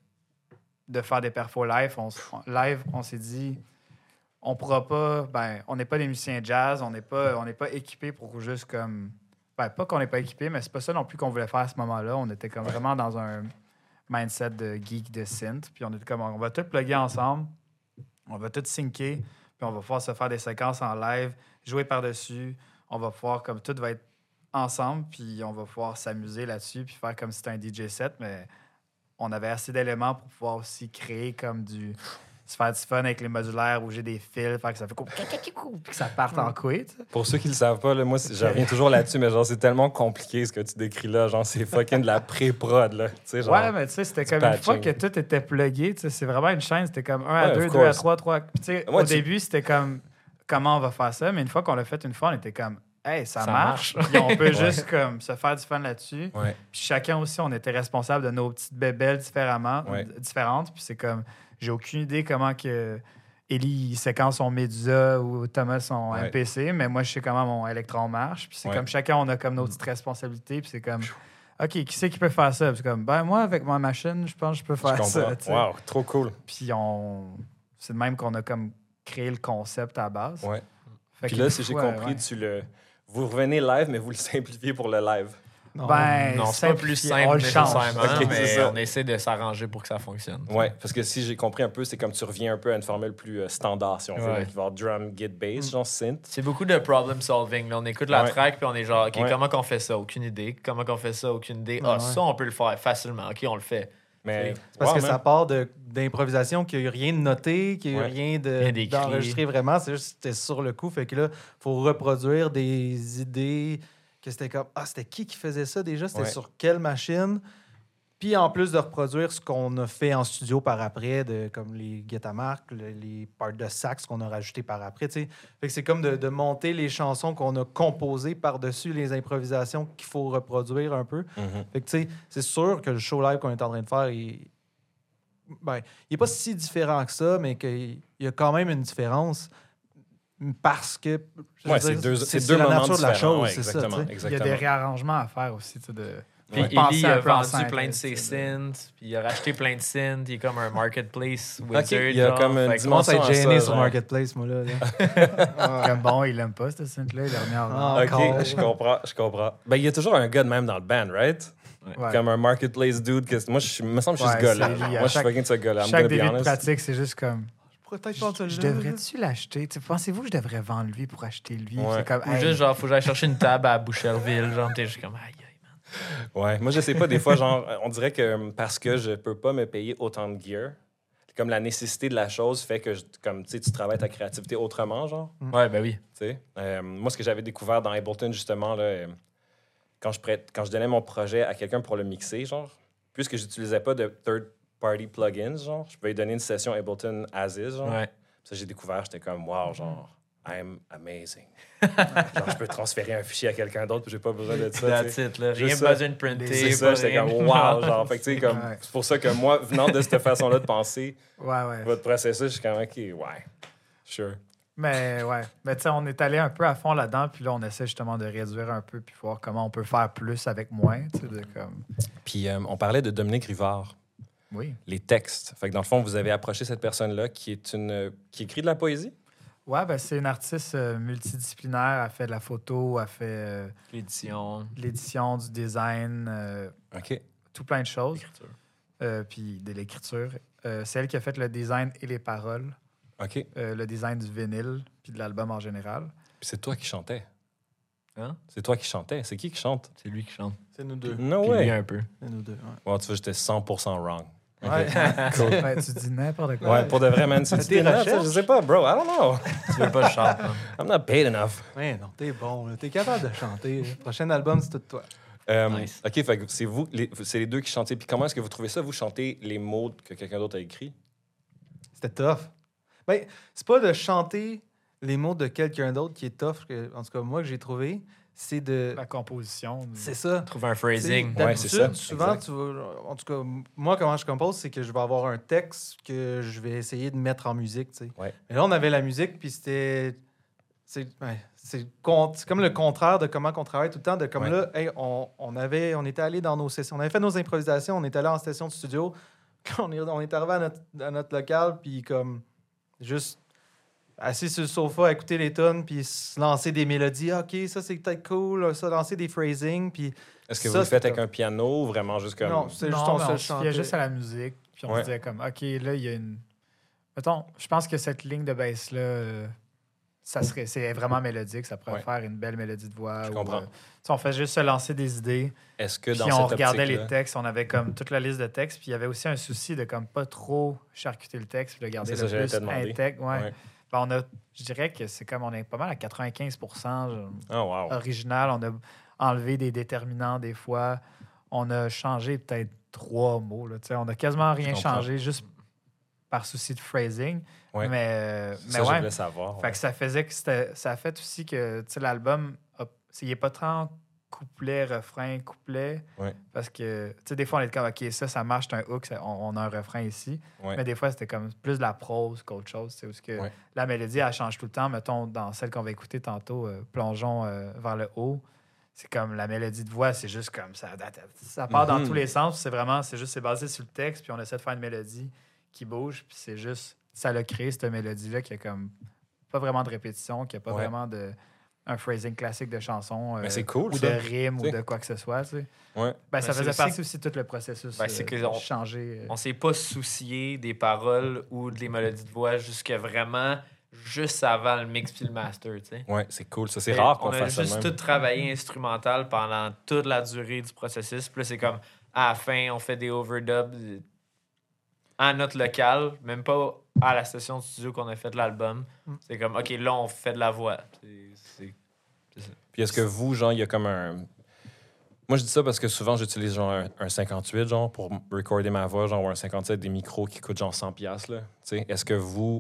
Speaker 3: de faire des perfos live. On s'est dit, on pourra pas, on n'est pas des musiciens jazz, on n'est pas équipés pour juste comme... pas qu'on n'est pas équipés, mais c'est pas ça non plus qu'on voulait faire à ce moment-là. On était comme vraiment dans un mindset de geek de synth, puis on était comme, on va tout plugger ensemble. On va tout syncer, puis on va pouvoir se faire des séquences en live, jouer par-dessus. On va pouvoir, comme tout va être ensemble, puis on va pouvoir s'amuser là-dessus, puis faire comme si c'était un DJ set, mais on avait assez d'éléments pour pouvoir aussi créer comme se faire du fun avec les modulaires, bouger des fils, faire que ça fait puis que ça parte en couille.
Speaker 1: Pour ceux qui le savent pas, là, moi, je reviens toujours là-dessus, mais genre, c'est tellement compliqué ce que tu décris là. Genre, c'est fucking de la pré-prod, là. Genre,
Speaker 3: ouais, mais tu sais, c'était comme une fois que tout était plugué, c'est vraiment une chaîne, c'était comme 1 à 2, 2 à 3, 3. Puis tu sais, au début, c'était comme, comment on va faire ça? Mais une fois qu'on l'a fait une fois, on était comme, hey, ça marche. Puis on peut juste comme se faire du fun là-dessus.
Speaker 1: Ouais.
Speaker 3: Puis chacun aussi, on était responsable de nos petites bébelles différentes. Puis c'est comme, j'ai aucune idée comment que Ellie séquence son Medusa ou Thomas son MPC, mais moi, je sais comment mon Electron marche. Puis c'est comme chacun, on a comme nos petites responsabilités. Puis c'est comme, OK, qui c'est qui peut faire ça? Puis c'est comme, moi, avec ma machine, je pense que je peux faire ça.
Speaker 1: Wow, trop cool.
Speaker 3: Puis c'est de même qu'on a comme créé le concept à la base.
Speaker 1: Ouais. Puis là, si j'ai compris, vous revenez live, mais vous le simplifiez pour le live.
Speaker 2: Non, c'est pas plus simple nécessairement, mais on essaie de s'arranger pour que ça fonctionne.
Speaker 1: Oui, parce que si j'ai compris un peu, c'est comme tu reviens un peu à une formule plus standard, si on veut, qui va avoir drum, git, bass, genre synth.
Speaker 2: C'est beaucoup de problem solving. Là, on écoute la track, puis on est genre, OK, comment qu'on fait ça? Aucune idée. Comment qu'on fait ça? Aucune idée. Ça, on peut le faire facilement. OK, on le fait.
Speaker 4: Mais c'est parce que ça part d'improvisation, qu'il n'y a rien de noté, qu'il n'y a rien d'enregistré vraiment. C'est juste c'était sur le coup. Fait que là, il faut reproduire des idées... que c'était comme, c'était qui faisait ça déjà? C'était sur quelle machine? Puis en plus de reproduire ce qu'on a fait en studio par après, comme les guitamarques, les parts de sax qu'on a rajouté par après. T'sais. Fait que c'est comme de monter les chansons qu'on a composées par-dessus les improvisations qu'il faut reproduire un peu. Fait que c'est sûr que le show live qu'on est en train de faire, il n'est pas si différent que ça, mais qu'il y a quand même une différence. Parce que
Speaker 1: c'est deux
Speaker 4: la
Speaker 1: moments
Speaker 4: nature de la chose,
Speaker 1: ouais,
Speaker 4: c'est
Speaker 1: exactement,
Speaker 4: ça.
Speaker 3: Il y a des réarrangements à faire aussi.
Speaker 2: Puis Eli a vendu plein de ses synths, puis il a racheté plein de synths. Il est comme un marketplace wizard.
Speaker 1: Il y a comme une dimension
Speaker 4: à gêner sur Marketplace, moi, là.
Speaker 3: Comme bon, il aime pas, ce synth-là, il est revenu
Speaker 1: OK, je comprends. Ben, il y a toujours un gars de même dans le band, right?
Speaker 3: Ouais.
Speaker 1: Comme un marketplace dude. Moi, me semble que je suis ce gars-là. Moi, je suis fucking ce gars-là.
Speaker 3: Chaque début de pratique, c'est juste comme...
Speaker 4: Je
Speaker 3: devrais-tu l'acheter? Pensez-vous que je devrais vendre lui pour acheter lui?
Speaker 1: Ouais.
Speaker 3: Comme,
Speaker 2: ou juste genre, faut que j'aille chercher une table à Boucherville. Genre, t'es juste comme, aïe, man.
Speaker 1: Ouais, moi, je sais pas, des fois, genre, on dirait que parce que je peux pas me payer autant de gear, comme la nécessité de la chose fait que, comme, tu sais, tu travailles ta créativité autrement, genre.
Speaker 2: Ouais, ben oui.
Speaker 1: Tu sais, moi, ce que j'avais découvert dans Ableton, justement, là, quand je donnais mon projet à quelqu'un pour le mixer, genre, puisque j'utilisais pas de third-party plugins, genre, je pouvais lui donner une session Ableton as is, genre.
Speaker 2: Ouais.
Speaker 1: Ça, j'ai découvert, j'étais comme, wow, genre, I'm amazing. Genre, je peux transférer un fichier à quelqu'un d'autre, puis j'ai pas besoin de ça.
Speaker 2: That's it, là. Rien besoin de printer.
Speaker 1: C'est ça, j'étais comme, wow, genre, fait que, tu sais, comme, c'est pour ça que moi, venant de cette façon-là de penser, votre processus, je suis comme, OK, ouais, sure.
Speaker 3: Mais ouais, mais tu sais, on est allé un peu à fond là-dedans, puis là, on essaie justement de réduire un peu, puis voir comment on peut faire plus avec moins, tu sais, comme...
Speaker 1: Puis on parlait de Dominique Rivard.
Speaker 3: Oui.
Speaker 1: Les textes. Fait que dans le fond, vous avez approché cette personne-là qui écrit de la poésie?
Speaker 3: Ouais, ben c'est une artiste multidisciplinaire. Elle fait de la photo, elle fait... l'édition, du design, tout plein de choses. Puis de l'écriture. C'est elle qui a fait le design et les paroles.
Speaker 1: OK.
Speaker 3: Le design du vinyle, puis de l'album en général.
Speaker 1: Puis c'est toi qui chantais.
Speaker 2: Hein?
Speaker 1: C'est toi qui chantais. C'est qui chante?
Speaker 2: C'est lui qui chante.
Speaker 4: C'est nous deux.
Speaker 1: No
Speaker 2: puis
Speaker 1: way.
Speaker 2: lui un peu.
Speaker 4: C'est nous deux, ouais.
Speaker 1: Bon, tu vois, j'étais 100% wrong. Okay.
Speaker 3: Ouais.
Speaker 1: Cool.
Speaker 3: Ouais, tu dis n'importe quoi.
Speaker 1: Ouais, pour de vrai, man. C'est tes recherches? Je sais pas, bro. I don't know.
Speaker 2: Tu veux pas que je chante, hein?
Speaker 1: I'm not paid enough.
Speaker 4: Ouais, non, t'es bon. Là. T'es capable de chanter. Le prochain album, c'est tout toi.
Speaker 2: Nice.
Speaker 1: OK, fait que c'est les deux qui chantaient. Puis comment est-ce que vous trouvez ça? Vous chantez les mots que quelqu'un d'autre a écrits?
Speaker 4: C'était tough. Ben, c'est pas de chanter les mots de quelqu'un d'autre qui est tough, en tout cas, moi, que j'ai trouvé. C'est de...
Speaker 3: La composition.
Speaker 4: C'est ça.
Speaker 2: Trouver un phrasing.
Speaker 1: Ouais, c'est ça.
Speaker 4: Souvent,
Speaker 1: exact.
Speaker 4: en tout cas, moi, comment je compose, c'est que je vais avoir un texte que je vais essayer de mettre en musique, tu sais.
Speaker 1: Ouais.
Speaker 4: Mais là, on avait la musique, puis c'est comme le contraire de comment on travaille tout le temps. De comme là, hey, on était allé dans nos sessions, on avait fait nos improvisations, on était allé en session de studio, on est arrivé à notre local, puis comme juste assis sur le sofa à écouter les tunes, puis se lancer des mélodies. OK, ça, c'est peut-être cool. Ça, lancer des phrasing, puis...
Speaker 1: Est-ce que vous le faites avec un piano ou vraiment juste comme...
Speaker 4: Non, c'est juste on se chantait.
Speaker 3: Il y a juste à la musique, puis on se disait comme, OK, là, il y a une... Mettons, je pense que cette ligne de bass-là, c'est vraiment mélodique. Ça pourrait faire une belle mélodie de voix.
Speaker 1: Je comprends.
Speaker 3: On fait juste se lancer des idées.
Speaker 1: Est-ce que dans
Speaker 3: puis
Speaker 1: cette
Speaker 3: on regardait
Speaker 1: optique-là...
Speaker 3: les textes, on avait comme toute la liste de textes, puis il y avait aussi un souci de comme pas trop charcuter le texte, puis de garder le plus intègre. Ouais. Ben, je dirais que c'est comme on est pas mal à 95% original. On a enlevé des déterminants des fois. On a changé peut-être 3 mots. Là, on a quasiment rien changé, juste par souci de phrasing.
Speaker 1: Ouais.
Speaker 3: Mais
Speaker 1: je voulais savoir.
Speaker 3: Fait que ça faisait que ça a fait aussi que l'album, il n'est pas tant couplet, refrain, couplet.
Speaker 1: Ouais.
Speaker 3: Parce que, des fois, on est comme, OK, ça marche, c'est un hook, on a un refrain ici. Ouais. Mais des fois, c'était comme plus de la prose qu'autre chose. Où que la mélodie, elle change tout le temps. Mettons, dans celle qu'on va écouter tantôt, Plongeons vers le haut. C'est comme la mélodie de voix, c'est juste comme ça. Ça part dans tous les sens. C'est basé sur le texte, puis on essaie de faire une mélodie qui bouge, puis c'est juste, ça l'a créé, cette mélodie-là, qui a comme pas vraiment de répétition, qu'il n'y a pas vraiment un phrasing classique de chanson
Speaker 1: c'est cool,
Speaker 3: ou
Speaker 1: ça.
Speaker 3: de rime ou de quoi que ce soit. Tu sais.
Speaker 1: Ouais.
Speaker 3: Ça faisait partie aussi de tout le processus
Speaker 2: c'est que
Speaker 3: changer.
Speaker 2: On s'est pas soucié des paroles ou des mélodies de voix jusqu'à vraiment juste avant le mix puis le master. Tu sais.
Speaker 1: Ouais, c'est cool. Ça, c'est rare qu'on fasse ça.
Speaker 2: On a juste tout travaillé instrumental pendant toute la durée du processus. Puis là, c'est comme à la fin, on fait des overdubs à notre local, même pas à la session de studio qu'on a fait l'album. C'est comme, OK, là, on fait de la voix. C'est ça.
Speaker 1: Puis est-ce que vous, genre, il y a comme un... Moi, je dis ça parce que souvent, j'utilise genre un 58, genre, pour recorder ma voix, genre, ou un 57, des micros qui coûtent genre 100$, là. Tu sais, est-ce que vous...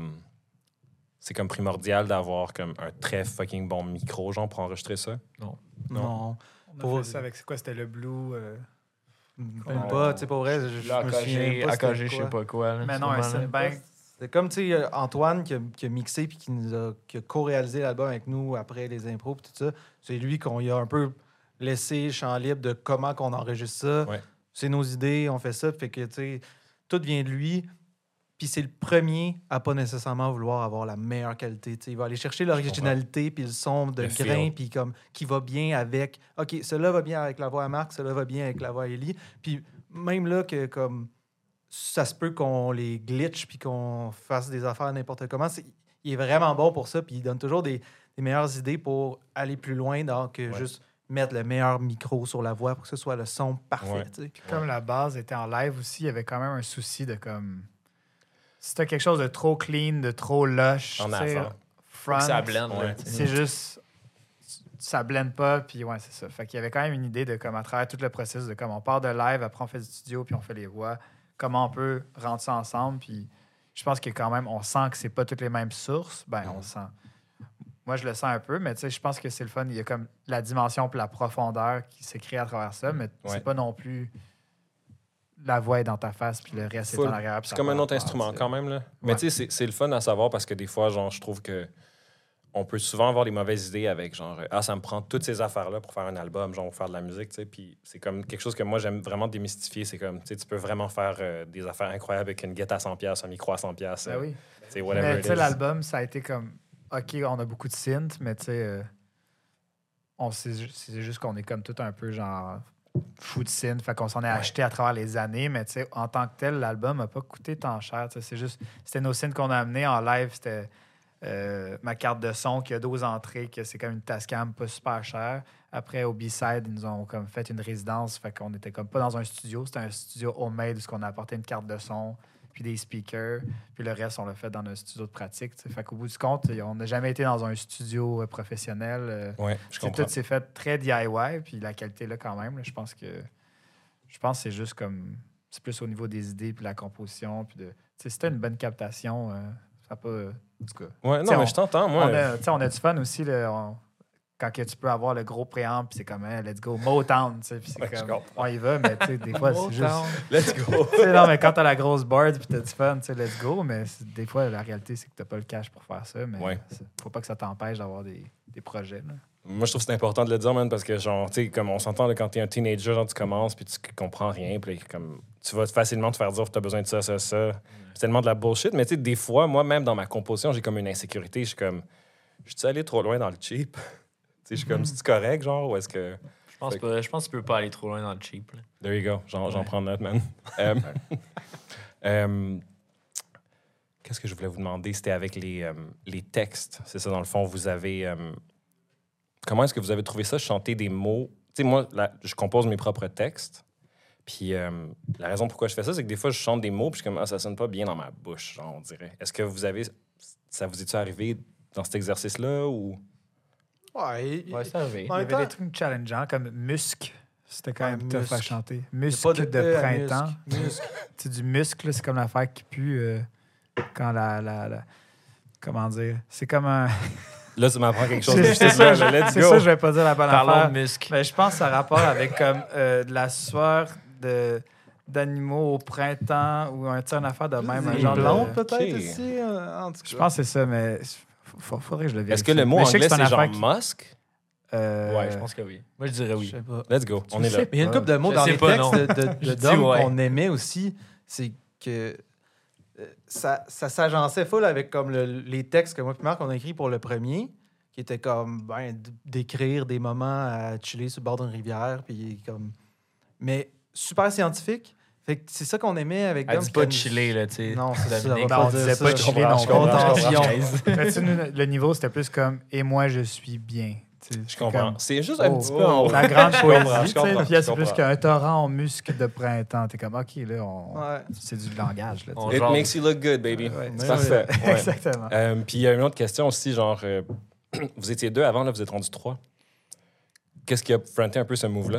Speaker 1: c'est comme primordial d'avoir comme un très fucking bon micro, genre, pour enregistrer ça?
Speaker 4: Non.
Speaker 3: On a fait ça avec, c'est quoi, c'était le Blue...
Speaker 4: Même pas, tu sais, pour vrai, je me souviens pas
Speaker 2: AKG, je sais pas quoi. Là,
Speaker 3: mais non, un Synbank.
Speaker 4: C'est comme, tu sais, Antoine qui a mixé puis qui a co-réalisé l'album avec nous après les impros et tout ça. C'est lui qu'on y a un peu laissé champ libre de comment qu'on enregistre ça.
Speaker 1: Ouais.
Speaker 4: C'est nos idées, on fait ça. Fait que, tu sais, tout vient de lui. Puis c'est le premier à pas nécessairement vouloir avoir la meilleure qualité. T'sais, il va aller chercher l'originalité puis le son de grain puis comme qui va bien avec... OK, cela va bien avec la voix à Marc, cela va bien avec la voix à Ellie. Puis même là, que comme ça se peut qu'on les glitch puis qu'on fasse des affaires n'importe comment, il est vraiment bon pour ça puis il donne toujours des meilleures idées pour aller plus loin donc juste mettre le meilleur micro sur la voix pour que ce soit le son parfait.
Speaker 3: Puis comme la base était en live aussi, il y avait quand même un souci de comme... Si t'as quelque chose de trop clean, de trop lush, front,
Speaker 2: ça blende.
Speaker 3: C'est juste... Ça blende pas, puis ouais, c'est ça. Fait qu'il y avait quand même une idée de comme à travers tout le processus de comme on part de live, après on fait du studio, puis on fait les voix, comment on peut rendre ça ensemble, puis je pense que quand même, on sent que c'est pas toutes les mêmes sources. On sent... Moi, je le sens un peu, mais tu sais, je pense que c'est le fun. Il y a comme la dimension puis la profondeur qui s'est créée à travers ça, mais c'est pas non plus... La voix est dans ta face, puis le reste est en arrière.
Speaker 1: C'est comme un autre instrument quand même. Là. Mais tu sais, c'est le fun à savoir parce que des fois, genre, je trouve que on peut souvent avoir des mauvaises idées avec genre, ça me prend toutes ces affaires-là pour faire un album, genre, pour faire de la musique, tu sais. Puis c'est comme quelque chose que moi, j'aime vraiment démystifier. C'est comme, tu sais, tu peux vraiment faire des affaires incroyables avec une guitare à 100$, un micro à 100$.
Speaker 3: Ben oui.
Speaker 1: C'est whatever.
Speaker 3: Mais tu sais, l'album, ça a été comme, OK, on a beaucoup de synths, mais tu sais, c'est juste qu'on est comme tout un peu genre... fou de synth, fait qu'on s'en est acheté à travers les années, mais tu sais, en tant que tel, l'album n'a pas coûté tant cher. C'est juste, c'était nos synths qu'on a amenés en live, c'était ma carte de son qui a 12 entrées, que c'est comme une Tascam pas super chère. Après, au B-Side, ils nous ont comme fait une résidence, fait qu'on était comme pas dans un studio, c'était un studio homemade où on a apporté une carte de son, puis des speakers, puis le reste, on l'a fait dans un studio de pratique. T'sais. Fait qu'au bout du compte, on n'a jamais été dans un studio professionnel.
Speaker 1: Je comprends.
Speaker 3: Tout s'est fait très DIY, puis la qualité, là, quand même, là, je pense que c'est juste comme... C'est plus au niveau des idées, puis la composition, puis de... Si t'as une bonne captation, ça n'a pas... En tout cas...
Speaker 1: Ouais, non, mais je t'entends, moi.
Speaker 3: On a du fun aussi, là, quand que tu peux avoir le gros préamble, puis c'est comme, let's go, Motown, tu sais, puis c'est comme, on y va, mais tu sais, des fois, c'est juste...
Speaker 1: Let's go!
Speaker 3: Non, mais quand t'as la grosse board, puis t'as du fun, tu sais, let's go, mais des fois, la réalité, c'est que t'as pas le cash pour faire ça, mais faut pas que ça t'empêche d'avoir des projets, là.
Speaker 1: Moi, je trouve que c'est important de le dire, man, parce que, genre, tu sais, comme on s'entend, là, quand t'es un teenager, genre, tu commences, puis tu comprends rien, puis comme, tu vas facilement te faire dire que t'as besoin de ça. C'est tellement de la bullshit, mais tu sais, des fois, moi-même, dans ma composition, j'ai comme une insécurité. Je suis comme, je suis allé trop loin dans le cheap? Je suis comme, c'est correct, genre, ou est-ce que...
Speaker 2: Je pense que tu peux pas aller trop loin dans le cheap. Là.
Speaker 1: There you go. J'en prends note, man. Qu'est-ce que je voulais vous demander? C'était avec les textes. C'est ça, dans le fond, vous avez... comment est-ce que vous avez trouvé ça, chanter des mots? Tu sais, moi, je compose mes propres textes. Puis la raison pourquoi je fais ça, c'est que des fois, je chante des mots, puis je suis comme, ça sonne pas bien dans ma bouche, genre, on dirait. Est-ce que ça vous est-tu arrivé dans cet exercice-là, ou...
Speaker 4: Ouais,
Speaker 2: ça arrive.
Speaker 3: Il y avait des trucs challengeants comme Musc. C'était quand même tough à chanter. Musc de printemps. C'est du muscle, c'est comme l'affaire qui pue quand comment dire? C'est comme un...
Speaker 1: Là, tu m'apprends quelque chose de juste là, let's go.
Speaker 3: C'est ça, je vais pas dire la bonne affaire.
Speaker 2: Parlons de musc.
Speaker 3: Mais je pense que ça a rapport avec comme de la sueur d'animaux au printemps ou une affaire de même. Un genre
Speaker 4: blonde, peut-être, aussi. En tout cas.
Speaker 3: Je pense que c'est ça, mais... Faudrait que je le vérifie.
Speaker 1: Est-ce que le mot anglais, c'est genre musk?
Speaker 2: Ouais, je pense que oui. Moi, je dirais oui.
Speaker 4: Je sais pas.
Speaker 1: Let's go, on est là.
Speaker 4: Mais il y a une couple de mots dans les textes de Dom qu'on aimait aussi. C'est que ça s'agençait full avec comme les textes que moi et Marc, on a écrits pour le premier, qui était comme d'écrire des moments à chiller sur le bord d'une rivière, puis comme... Mais super scientifique. Fait que c'est ça qu'on aimait avec
Speaker 2: Elle
Speaker 4: Dom.
Speaker 2: dit pas de chiller, là, tu sais.
Speaker 4: Non, c'est ça.
Speaker 3: Non, on disait pas de chiller non plus. Le niveau, c'était plus comme « Et moi, je suis bien ».
Speaker 1: Je comprends. C'est juste un petit peu en haut.
Speaker 3: La grande poésie.
Speaker 1: Je comprends.
Speaker 3: Puis c'est plus qu'un torrent en musc de printemps. T'es comme, OK, là, c'est du langage. Là,
Speaker 1: It makes you look good, baby.
Speaker 3: Ouais,
Speaker 1: c'est parfait. Ouais.
Speaker 3: Exactement.
Speaker 1: Puis il y a une autre question aussi, genre, vous étiez 2 avant, là, vous êtes rendu 3. Qu'est-ce qui a fronté un peu ce move-là?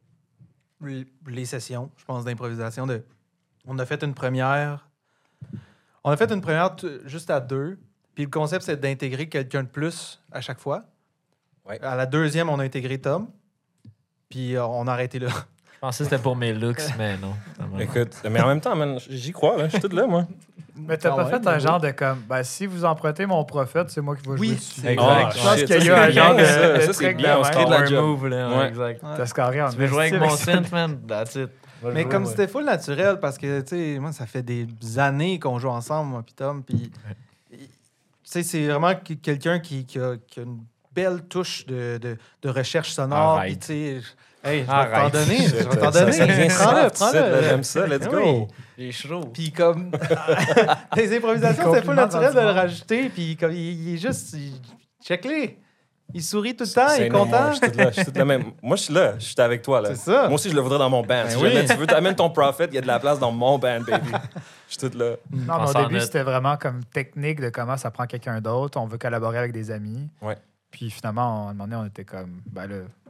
Speaker 4: Les sessions, je pense, d'improvisation. On a fait une première. On a fait une première juste à 2. Puis le concept, c'est d'intégrer quelqu'un de plus à chaque fois.
Speaker 1: Ouais.
Speaker 4: À la deuxième, on a intégré Tom. Puis on a arrêté là.
Speaker 2: Je pensais que c'était pour mes looks, mais non.
Speaker 1: Écoute, mais en même temps, man, j'y crois, là. Je suis tout là, moi.
Speaker 3: Mais t'as pas fait un genre de comme, si vous empruntez mon prophète, c'est moi qui vais jouer dessus.
Speaker 2: Exact.
Speaker 3: Je pense qu'il y a un genre de
Speaker 1: ça, c'est
Speaker 3: truc
Speaker 1: bien, on se crée de la job.
Speaker 2: move, là.
Speaker 1: Ouais.
Speaker 2: Exact.
Speaker 3: T'as scarré en
Speaker 2: Tu veux jouer avec mon synth, man? That's it.
Speaker 4: Mais comme c'était full naturel, parce que, tu sais, moi, ça fait des années qu'on joue ensemble, moi, puis Tom, puis... Tu sais, c'est vraiment quelqu'un qui a une belle touche de recherche sonore, puis, tu sais... Hey, je vais t'en donner. Je vais t'en donner. Prends-le.
Speaker 1: J'aime ça, let's go.
Speaker 2: J'ai chaud.
Speaker 4: Puis comme... les improvisations, c'est full naturel de le rajouter, puis comme il est juste... Check-les. Il sourit tout le temps, il est content.
Speaker 1: Je suis tout là même. Moi, je suis là. Je suis avec toi, là.
Speaker 4: C'est ça.
Speaker 1: Moi aussi, je le voudrais dans mon band. Si jamais tu veux, t'amènes ton prophet, il y a de la place dans mon band, baby. Je suis tout là.
Speaker 3: Non, mais au début, c'était vraiment comme technique de comment ça prend quelqu'un d'autre. On veut collaborer avec des amis.
Speaker 1: Ouais.
Speaker 3: Puis finalement, à un moment donné, on était comme, là,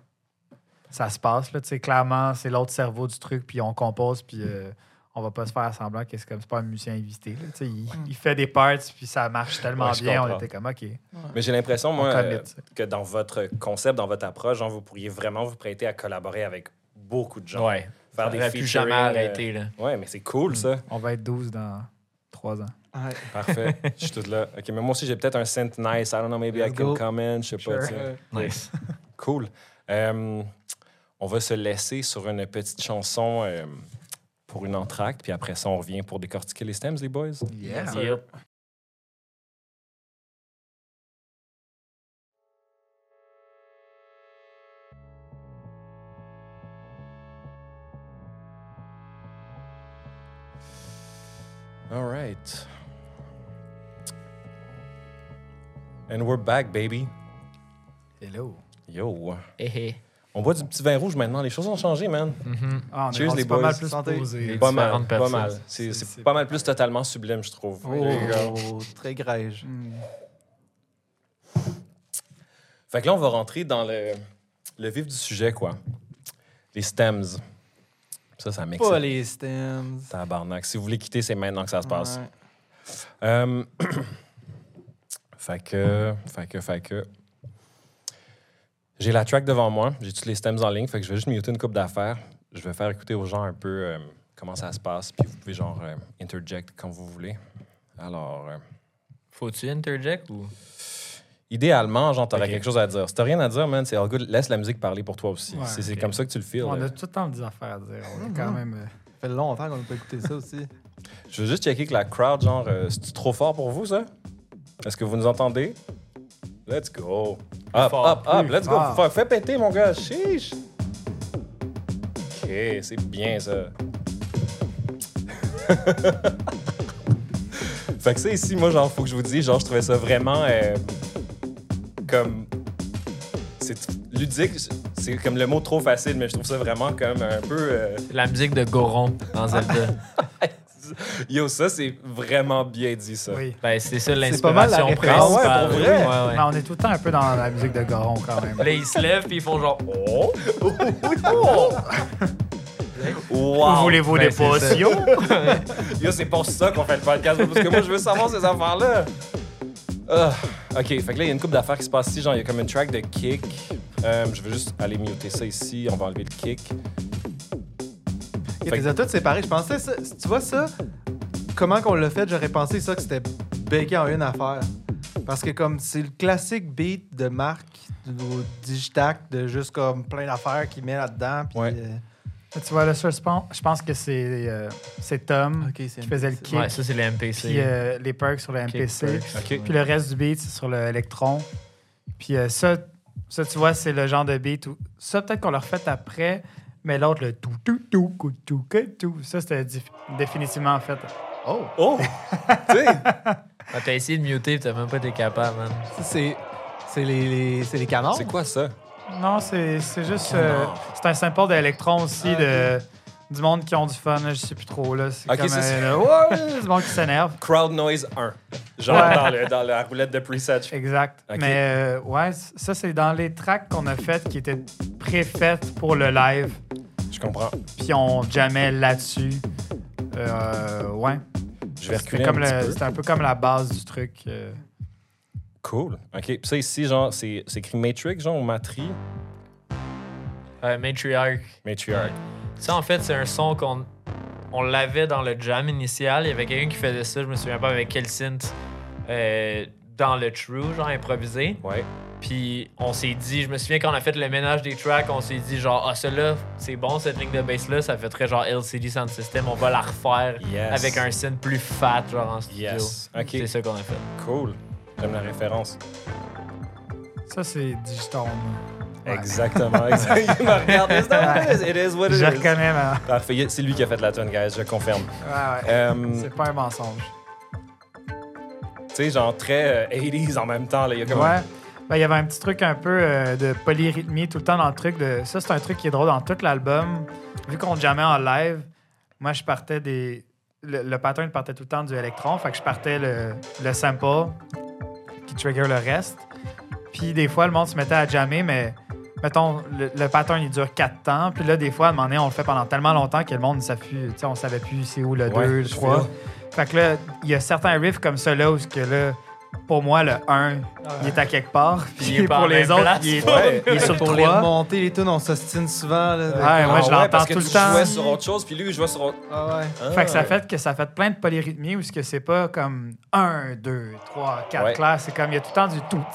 Speaker 3: ça se passe, là. Tu sais, clairement, c'est l'autre cerveau du truc, puis on compose, puis on va pas se faire semblant que c'est pas un musicien invité, là. Tu sais, il fait des parts, puis ça marche tellement bien. On était comme, OK.
Speaker 1: Mais j'ai l'impression, moi,
Speaker 3: commit,
Speaker 1: que dans votre concept, dans votre approche, genre, vous pourriez vraiment vous prêter à collaborer avec beaucoup de gens.
Speaker 2: Ouais.
Speaker 1: Faire des
Speaker 2: plus jamais arrêter, là.
Speaker 1: Ouais, mais c'est cool, ça.
Speaker 3: On va être 12 dans 3 ans.
Speaker 4: Ouais.
Speaker 1: Parfait. Je suis tout là. OK, mais moi aussi, j'ai peut-être un synth nice. I don't know, maybe I can comment. Je sais pas, tu sais.
Speaker 2: Nice.
Speaker 1: Cool. On va se laisser sur une petite chanson pour une entracte, puis après ça, on revient pour décortiquer les stems, les boys.
Speaker 3: Yeah.
Speaker 2: Yep.
Speaker 1: All right. And we're back, baby.
Speaker 3: Hello.
Speaker 1: Yo.
Speaker 2: Hé.
Speaker 1: On boit du petit vin rouge maintenant. Les choses ont changé, man.
Speaker 3: On
Speaker 1: Cheers,
Speaker 3: est
Speaker 1: les
Speaker 3: pas
Speaker 1: boys.
Speaker 3: mal plus
Speaker 4: Santé.
Speaker 3: posé.
Speaker 1: Pas mal,
Speaker 2: différentes
Speaker 1: pas
Speaker 2: personnes.
Speaker 1: mal. C'est pas mal plus totalement sublime, je trouve.
Speaker 4: Oh, très grège.
Speaker 1: Fait que là, on va rentrer dans le vif du sujet, quoi. Les stems. Ça m'excite.
Speaker 4: Pas les stems.
Speaker 1: Tabarnak. Si vous voulez quitter, c'est maintenant que ça se passe.
Speaker 4: Ouais.
Speaker 1: Fait que... J'ai la track devant moi. J'ai tous les stems en ligne. Fait que je vais juste muter une couple d'affaires. Je vais faire écouter aux gens un peu comment ça se passe. Puis vous pouvez genre interject quand vous voulez. Alors...
Speaker 2: Faut-tu interject ou...
Speaker 1: Idéalement, genre, t'aurais
Speaker 2: Ok.
Speaker 1: quelque chose à dire. Si t'as rien à dire, man, c'est all good. Laisse la musique parler pour toi aussi.
Speaker 3: Ouais,
Speaker 1: c'est
Speaker 2: ok.
Speaker 1: comme ça que tu le feels.
Speaker 3: On
Speaker 1: là.
Speaker 3: a tout le temps des affaires à dire. On est quand même...
Speaker 4: Ça fait longtemps qu'on n'a pas écouté ça aussi.
Speaker 1: Je veux juste checker que la crowd, genre, c'est trop fort pour vous, ça? Est-ce que vous nous entendez? Let's go. Up,
Speaker 2: fort,
Speaker 1: up, up. Let's go.
Speaker 3: fort.
Speaker 1: Fais péter, mon gars. Chiche. OK, c'est bien, ça. Fait que ça, ici, moi, genre, faut que je vous dise, genre, je trouvais ça vraiment comme... C'est ludique. C'est comme le mot trop facile, mais je trouve ça vraiment comme un peu...
Speaker 2: La musique de Goron dans Zelda.
Speaker 1: Yo, ça, c'est vraiment bien dit, ça.
Speaker 3: Oui.
Speaker 2: Ben, c'est ça
Speaker 4: pas mal la
Speaker 2: l'inspiration
Speaker 4: référence.
Speaker 2: principale.
Speaker 1: Ah ouais, pour vrai?
Speaker 2: Ouais,
Speaker 3: Mais on est tout le temps un peu dans la musique de Goron quand même.
Speaker 2: Là, ils se lèvent puis ils font genre... Oh!
Speaker 1: Wow!
Speaker 3: Où voulez-vous
Speaker 2: Ben,
Speaker 3: des
Speaker 2: c'est ça.
Speaker 3: potions?
Speaker 1: Yo, c'est pour ça qu'on fait le podcast, parce que moi, je veux savoir ces affaires-là. Ah, OK, fait que là, il y a une couple d'affaires qui se passent ici. Genre, il y a comme une track de kick. Je vais juste aller muter ça ici. On va enlever le kick.
Speaker 4: Et les as toutes séparées. Je pensais, ça, tu vois ça, comment qu'on l'a fait, j'aurais pensé ça que c'était baké en une affaire. Parce que comme c'est le classique beat de Marc, au Digitac, de juste comme plein d'affaires qu'il met là-dedans. Puis,
Speaker 1: Ouais.
Speaker 3: Tu vois, là, ça, je pense que c'est Tom qui faisait le kick.
Speaker 2: Ouais, ça, c'est les MPC.
Speaker 3: Puis les perks sur le MPC.
Speaker 1: OK.
Speaker 3: Puis le reste du beat, c'est sur le Electron. Puis ça, tu vois, c'est le genre de beat où... Ça, peut-être qu'on l'a refait après, mais l'autre, le tout, ça, c'était définitivement fait.
Speaker 1: Oh! Tu sais!
Speaker 2: T'as essayé de muter, t'as même pas été capable, man.
Speaker 4: C'est les canards.
Speaker 1: C'est quoi ça?
Speaker 3: Non, c'est juste... c'est un sample d'Electron aussi, du monde qui ont du fun, là, je sais plus trop. Là. C'est comme du monde qui s'énerve.
Speaker 1: Crowd Noise 1. Genre dans la roulette de preset.
Speaker 3: Exact.
Speaker 1: Okay.
Speaker 3: Mais ouais, ça, c'est dans les tracks qu'on a faites qui étaient pré-faites pour le live.
Speaker 1: Je comprends.
Speaker 3: Puis on jammait là-dessus. Ouais.
Speaker 1: Je vais reculer un petit peu.
Speaker 3: C'était un peu comme la base du truc.
Speaker 1: Cool. OK. Puis ça, ici, genre, c'est écrit Matrix, genre, ou Matri?
Speaker 2: Matriarch.
Speaker 1: Matriarch.
Speaker 2: Ça, en fait, c'est un son qu'on l'avait dans le jam initial. Il y avait quelqu'un qui faisait ça, je me souviens pas avec quel synth, dans le true, genre improvisé.
Speaker 1: Ouais.
Speaker 2: Puis on s'est dit, je me souviens quand on a fait le ménage des tracks, on s'est dit genre, celle-là, c'est bon, cette ligne de bass-là, ça fait très genre LCD Sound System, on va la refaire avec un synth plus fat, genre en studio.
Speaker 1: Yes. OK.
Speaker 2: C'est ça qu'on a fait.
Speaker 1: Cool. J'aime la référence.
Speaker 3: Ça, c'est Digitone.
Speaker 1: Ouais. Exactement. Regarde, it is what it is.
Speaker 3: Je reconnais, ma...
Speaker 1: Parfait. C'est lui qui a fait la tune, guys, je confirme.
Speaker 3: Ouais. C'est pas un mensonge.
Speaker 1: Tu sais, genre très 80s en même temps. Là. Il y a comme
Speaker 3: il y avait un petit truc un peu de polyrythmie tout le temps dans le truc. Ça, c'est un truc qui est drôle dans tout l'album. Vu qu'on jammait en live, moi, je partais des... Le pattern partait tout le temps du Electron. Fait que je partais le sample qui trigger le reste. Puis des fois, le monde se mettait à jammer, mais... Mettons, le pattern, il dure 4 temps. Puis là, des fois, à un moment donné, on le fait pendant tellement longtemps que le monde ne savait plus. Tu sais, on savait plus c'est où le 2, le 3. Fait que là, il y a certains riffs comme ça là où que là, pour moi, le 1, il est à quelque part. Puis pour les autres, il est sur le 3.
Speaker 4: Pour les remonter, les tunes, on s'ostine souvent. Là,
Speaker 3: moi, je l'entends tout le temps.
Speaker 1: Je jouais sur autre chose, puis lui, je jouais sur autre...
Speaker 3: Fait que ça fait plein de polyrythmies où c'est pas comme 1, 2, 3, 4 clair. C'est comme, il y a tout le temps du tout.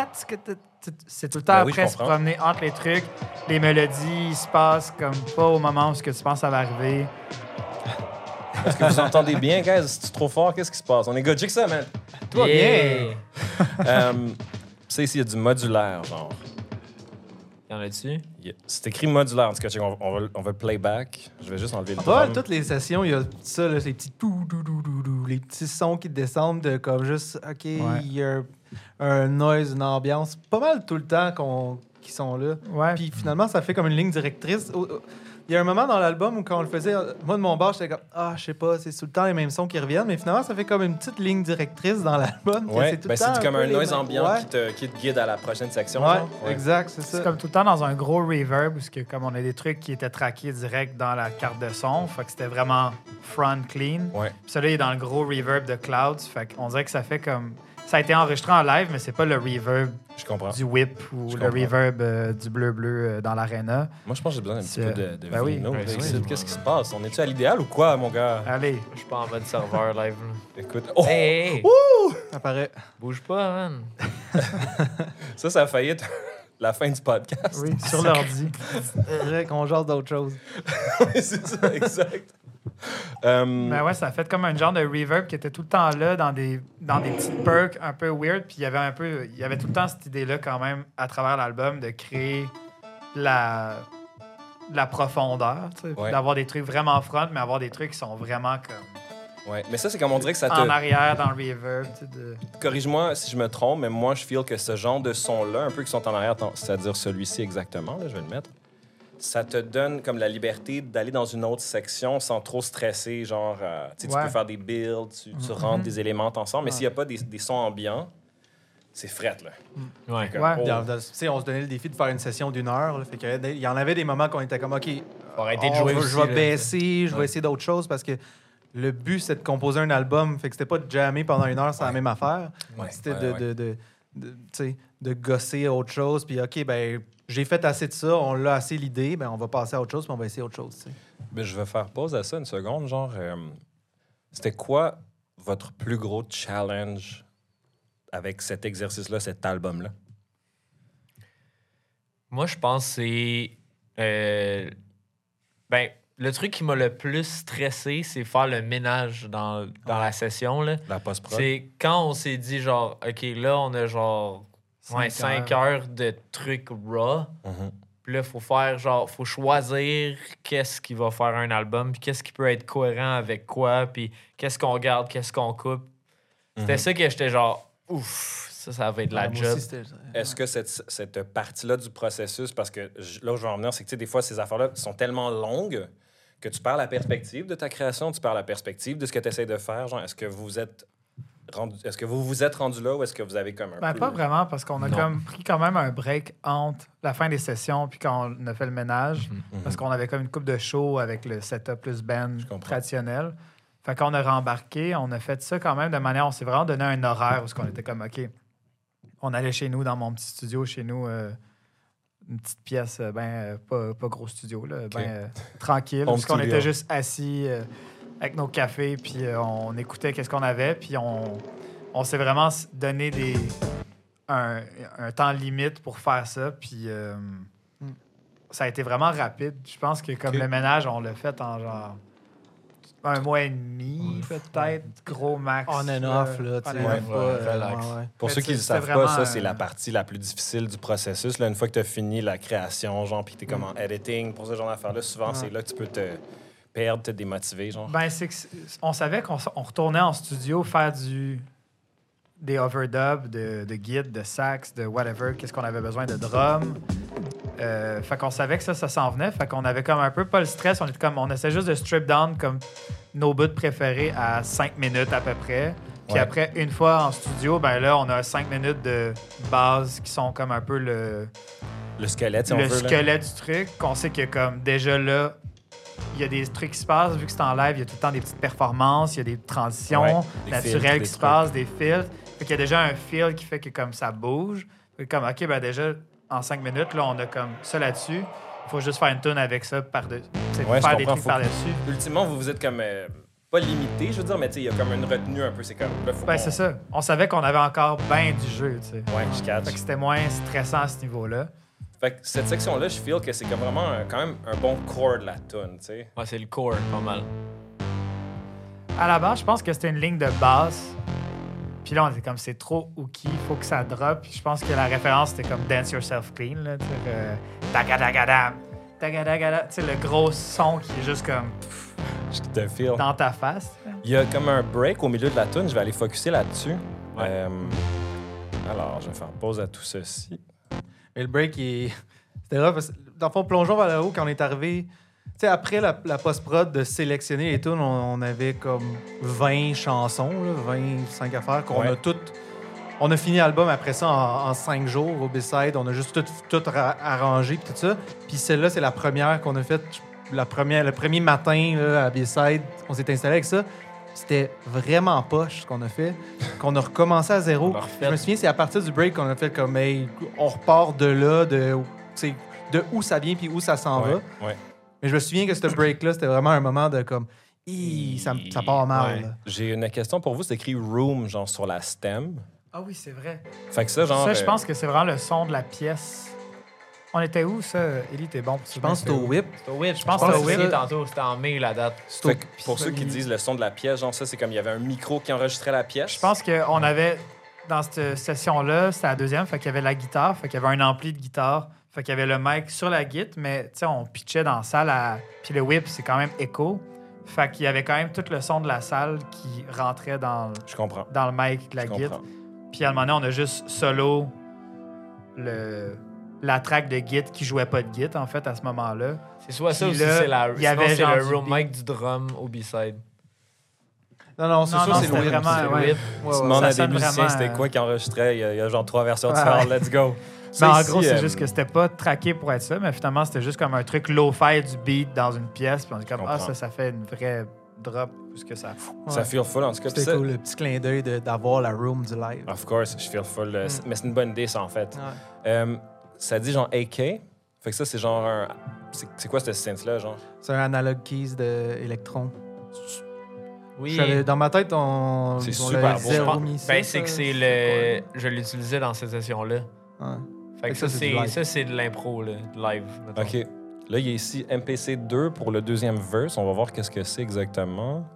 Speaker 3: C'est tout le temps après se promener entre les trucs. Les mélodies, ils se passent comme pas au moment où ce que tu penses ça va arriver.
Speaker 1: Est-ce que vous entendez bien, guys? C'est trop fort? Qu'est-ce qui se passe? On est gothique, ça, man.
Speaker 2: Toi, bien.
Speaker 1: Ça, ici, il y a du modulaire, genre.
Speaker 2: Y en a-tu?
Speaker 1: C'est écrit modulaire. En tout cas, on va le playback. Je vais juste enlever le
Speaker 4: drum. Toutes les sessions, il y a ça, là, ces petits les petits sons qui descendent de comme juste, OK, il y a un noise, une ambiance. Pas mal tout le temps qui sont là.
Speaker 3: Ouais.
Speaker 4: Puis finalement, ça fait comme une ligne directrice. Il y a un moment dans l'album où quand on le faisait, moi de mon bar, j'étais comme je sais pas, c'est tout le temps les mêmes sons qui reviennent, mais finalement ça fait comme une petite ligne directrice dans l'album.
Speaker 1: Ouais, c'est comme un noise ambiant qui te guide à la prochaine section.
Speaker 4: Ouais, exact, c'est ça.
Speaker 3: C'est comme tout le temps dans un gros reverb, parce que comme on a des trucs qui étaient trackés direct dans la carte de son, fait que c'était vraiment front clean.
Speaker 1: Ouais.
Speaker 3: Puis celui-là il est dans le gros reverb de Clouds, fait qu'on dirait que ça fait comme... Ça a été enregistré en live, mais c'est pas le reverb du whip ou le reverb du bleu dans l'arena.
Speaker 1: Moi, je pense que j'ai besoin d'un petit peu de
Speaker 2: vino.
Speaker 1: Qu'est-ce qui se passe? On est-tu à l'idéal ou quoi, mon gars?
Speaker 3: Allez.
Speaker 2: Je suis pas en mode serveur live. Là.
Speaker 1: Écoute.
Speaker 2: Hey!
Speaker 4: Ça paraît.
Speaker 2: Bouge pas, man.
Speaker 1: Ça a failli être la fin du podcast.
Speaker 3: Oui, sur l'ordi.
Speaker 4: Qu'on jase d'autres choses.
Speaker 1: Oui, c'est ça, exact.
Speaker 3: Ben ouais, ça a fait comme un genre de reverb qui était tout le temps là dans des petites perks un peu weird. Puis il y avait tout le temps cette idée-là quand même à travers l'album de créer la profondeur, d'avoir des trucs vraiment front, mais avoir des trucs qui sont vraiment comme...
Speaker 1: Ouais, mais ça, c'est comme on dirait que ça te...
Speaker 3: En arrière, dans le reverb.
Speaker 1: Corrige-moi si je me trompe, mais moi, je feel que ce genre de son-là, un peu qui sont en arrière, c'est-à-dire celui-ci exactement, là, je vais le mettre, ça te donne comme la liberté d'aller dans une autre section sans trop stresser, genre, tu peux faire des builds, tu rentres des éléments ensemble, mais s'il n'y a pas des sons ambiants, c'est fret, là.
Speaker 2: Ouais.
Speaker 4: On se donnait le défi de faire une session d'1 heure, là, fait que, il y en avait des moments qu'on était comme, OK,
Speaker 2: faut arrêter de jouer
Speaker 4: je vais baisser, je vais essayer d'autres choses, parce que le but, c'est de composer un album, fait que c'était pas de jammer pendant 1 heure, c'est la même affaire. C'était de gosser autre chose, puis OK, ben j'ai fait assez de ça, on l'a assez l'idée, ben on va passer à autre chose, puis on va essayer autre chose. T'sais.
Speaker 1: Ben, je vais faire pause à ça une seconde. Genre, c'était quoi votre plus gros challenge avec cet exercice-là, cet album-là?
Speaker 2: Moi, je pense que c'est Ben, le truc qui m'a le plus stressé, c'est faire le ménage dans la session. Là.
Speaker 1: La post-prod.
Speaker 2: C'est quand on s'est dit, genre, OK, là, on a genre 5 heures de trucs raw. Puis là, faut choisir qu'est-ce qui va faire un album, puis qu'est-ce qui peut être cohérent avec quoi, puis qu'est-ce qu'on garde, qu'est-ce qu'on coupe. C'était ça que j'étais genre, ouf, ça va être la job.
Speaker 1: Est-ce que cette partie-là du processus, parce que là où je veux en venir, c'est que tu sais, des fois, ces affaires-là sont tellement longues que tu perds la perspective de ta création, tu perds la perspective de ce que tu essaies de faire. Genre, est-ce que vous vous êtes rendu là ou est-ce que vous avez comme un peu...
Speaker 3: Pas vraiment, parce qu'on a comme pris quand même un break entre la fin des sessions puis quand on a fait le ménage, parce qu'on avait comme une coupe de show avec le setup plus band traditionnel. Fait qu'on a rembarqué, on a fait ça quand même de manière... On s'est vraiment donné un horaire où on était comme, OK, on allait chez nous, dans mon petit studio, chez nous, une petite pièce, pas gros studio, là, tranquille, parce qu'on était juste assis... avec nos cafés, puis on écoutait qu'est-ce qu'on avait, puis on s'est vraiment donné un temps limite pour faire ça, puis ça a été vraiment rapide. Je pense que comme le ménage, on l'a fait en genre 1 mois et demi, peut-être, gros max.
Speaker 4: On and off, là, tu sais.
Speaker 3: relax.
Speaker 1: Pour ceux qui ne le savent pas, ça, c'est la partie la plus difficile du processus. Là, une fois que tu as fini la création, genre, puis tu es comme en editing, pour ce genre d'affaires-là, souvent, c'est là que tu peux te perdre, te démotiver, genre.
Speaker 3: Ben, on savait qu'on retournait en studio faire des overdubs de guides, de sax, de whatever, qu'est-ce qu'on avait besoin de drum. Fait qu'on savait que ça s'en venait. Fait qu'on avait comme un peu pas le stress. On essaie juste de strip down comme nos bouts préférés à 5 minutes à peu près. Puis après, une fois en studio, ben là, on a 5 minutes de base qui sont comme un peu le
Speaker 1: squelette, si on veut.
Speaker 3: Le squelette du truc. Qu'on sait que comme déjà là, il y a des trucs qui se passent. Vu que c'est en live, il y a tout le temps des petites performances, il y a des transitions naturelles qui se passent, des filtres. Fait qu'il y a déjà un feel qui fait que comme ça bouge. Fait comme, OK, ben déjà, en 5 minutes, là, on a comme ça là-dessus. Il faut juste faire une tune avec ça par-dessus. Faire des trucs par-dessus.
Speaker 1: Ultimement, vous êtes comme... pas limité, je veux dire, mais il y a comme une retenue un peu. C'est comme... Là,
Speaker 3: c'est ça. On savait qu'on avait encore bien du jeu, tu sais.
Speaker 1: Ouais, je catch.
Speaker 3: Fait que c'était moins stressant à ce niveau-là.
Speaker 1: Fait que cette section-là, je feel que c'est comme vraiment quand même un bon core de la tune, tu sais.
Speaker 2: Ouais, c'est le core, pas mal.
Speaker 3: À la base, je pense que c'était une ligne de basse. Puis là, on était comme, c'est trop hooky, il faut que ça drop. Puis je pense que la référence, c'était comme Dance Yourself Clean, là, tu sais, tagadagada, tagadagada, tu sais, le gros son qui est juste comme...
Speaker 1: Je te feel.
Speaker 3: Dans ta face.
Speaker 1: Il y a comme un break au milieu de la tune, je vais aller focusser là-dessus. Ouais. Alors, je vais faire pause à tout ceci.
Speaker 4: Mais le break, c'était là, parce que dans le fond, plongeons vers le haut quand on est arrivé. Tu sais, après la post-prod de sélectionner les tunes, on avait comme 20 chansons, là, 25 affaires qu'on a toutes. On a fini l'album après ça en 5 jours au B-side. On a juste tout arrangé puis tout ça. Puis celle-là, c'est la première qu'on a faite. Le premier matin là, à B-side, on s'est installé avec ça. C'était vraiment poche ce qu'on a fait. Qu'on a recommencé à zéro. Je me souviens, c'est à partir du break qu'on a fait comme hey, on repart de là, de où ça vient puis où ça s'en va.
Speaker 1: Ouais.
Speaker 4: Mais je me souviens que ce break-là, c'était vraiment un moment de comme ça part mal.
Speaker 1: Ouais. J'ai une question pour vous. C'est écrit Room, genre sur la stem.
Speaker 3: Ah oui, c'est vrai.
Speaker 1: Fait que ça, genre.
Speaker 3: Ça, je pense que c'est vraiment le son de la pièce. On était où, ça? Élie, t'es bon.
Speaker 4: Je pense que c'était au Whip.
Speaker 2: C'était au Whip.
Speaker 3: Je pense que c'était au Whip.
Speaker 2: Tantôt, c'était en mai, la date.
Speaker 1: Fait que pour ceux qui disent le son de la pièce, genre ça, c'est comme il y avait un micro qui enregistrait la pièce.
Speaker 3: Je pense qu'on avait, dans cette session-là, c'était la deuxième, fait qu'il y avait la guitare, fait qu'il y avait un ampli de guitare, fait qu'il y avait le mic sur la guitare, mais tu sais, on pitchait dans la salle, puis le Whip, c'est quand même écho. Fait qu'il y avait quand même tout le son de la salle qui rentrait dans le mic de la guitare. Puis à un moment donné, on a juste solo la track de Git qui jouait pas de Git, en fait, à ce moment-là.
Speaker 2: C'est soit ça ou
Speaker 3: c'est
Speaker 2: le room mic du drum au B-side.
Speaker 4: Non, c'est sûr, c'est le Whip.
Speaker 1: Tu demandes à des musiciens c'était quoi qui enregistrait. Il y a genre 3 versions différentes. Let's go.
Speaker 3: Mais en gros, c'est juste que c'était pas traqué pour être ça, mais finalement, c'était juste comme un truc low-fi du beat dans une pièce. Puis on est comme, ça fait une vraie drop plus que ça.
Speaker 1: Ça feel full, en tout cas.
Speaker 4: C'était cool, le petit clin d'œil d'avoir la room du live.
Speaker 1: Of course, je feel full. Mais c'est une bonne idée, ça, en fait. Ça dit genre AK. Fait que ça, c'est genre un... C'est quoi cette synth-là, genre?
Speaker 4: C'est un analog keys d'Electron.
Speaker 2: Oui.
Speaker 4: Dans ma tête,
Speaker 1: c'est super beau.
Speaker 2: Ben, c'est que c'est le... Je l'utilisais dans cette session-là.
Speaker 4: Ouais.
Speaker 2: Fait que ça, c'est de l'impro, là, live. Mettons.
Speaker 1: OK. Là, il y a ici MPC 2 pour le deuxième verse. On va voir qu'est-ce que c'est exactement.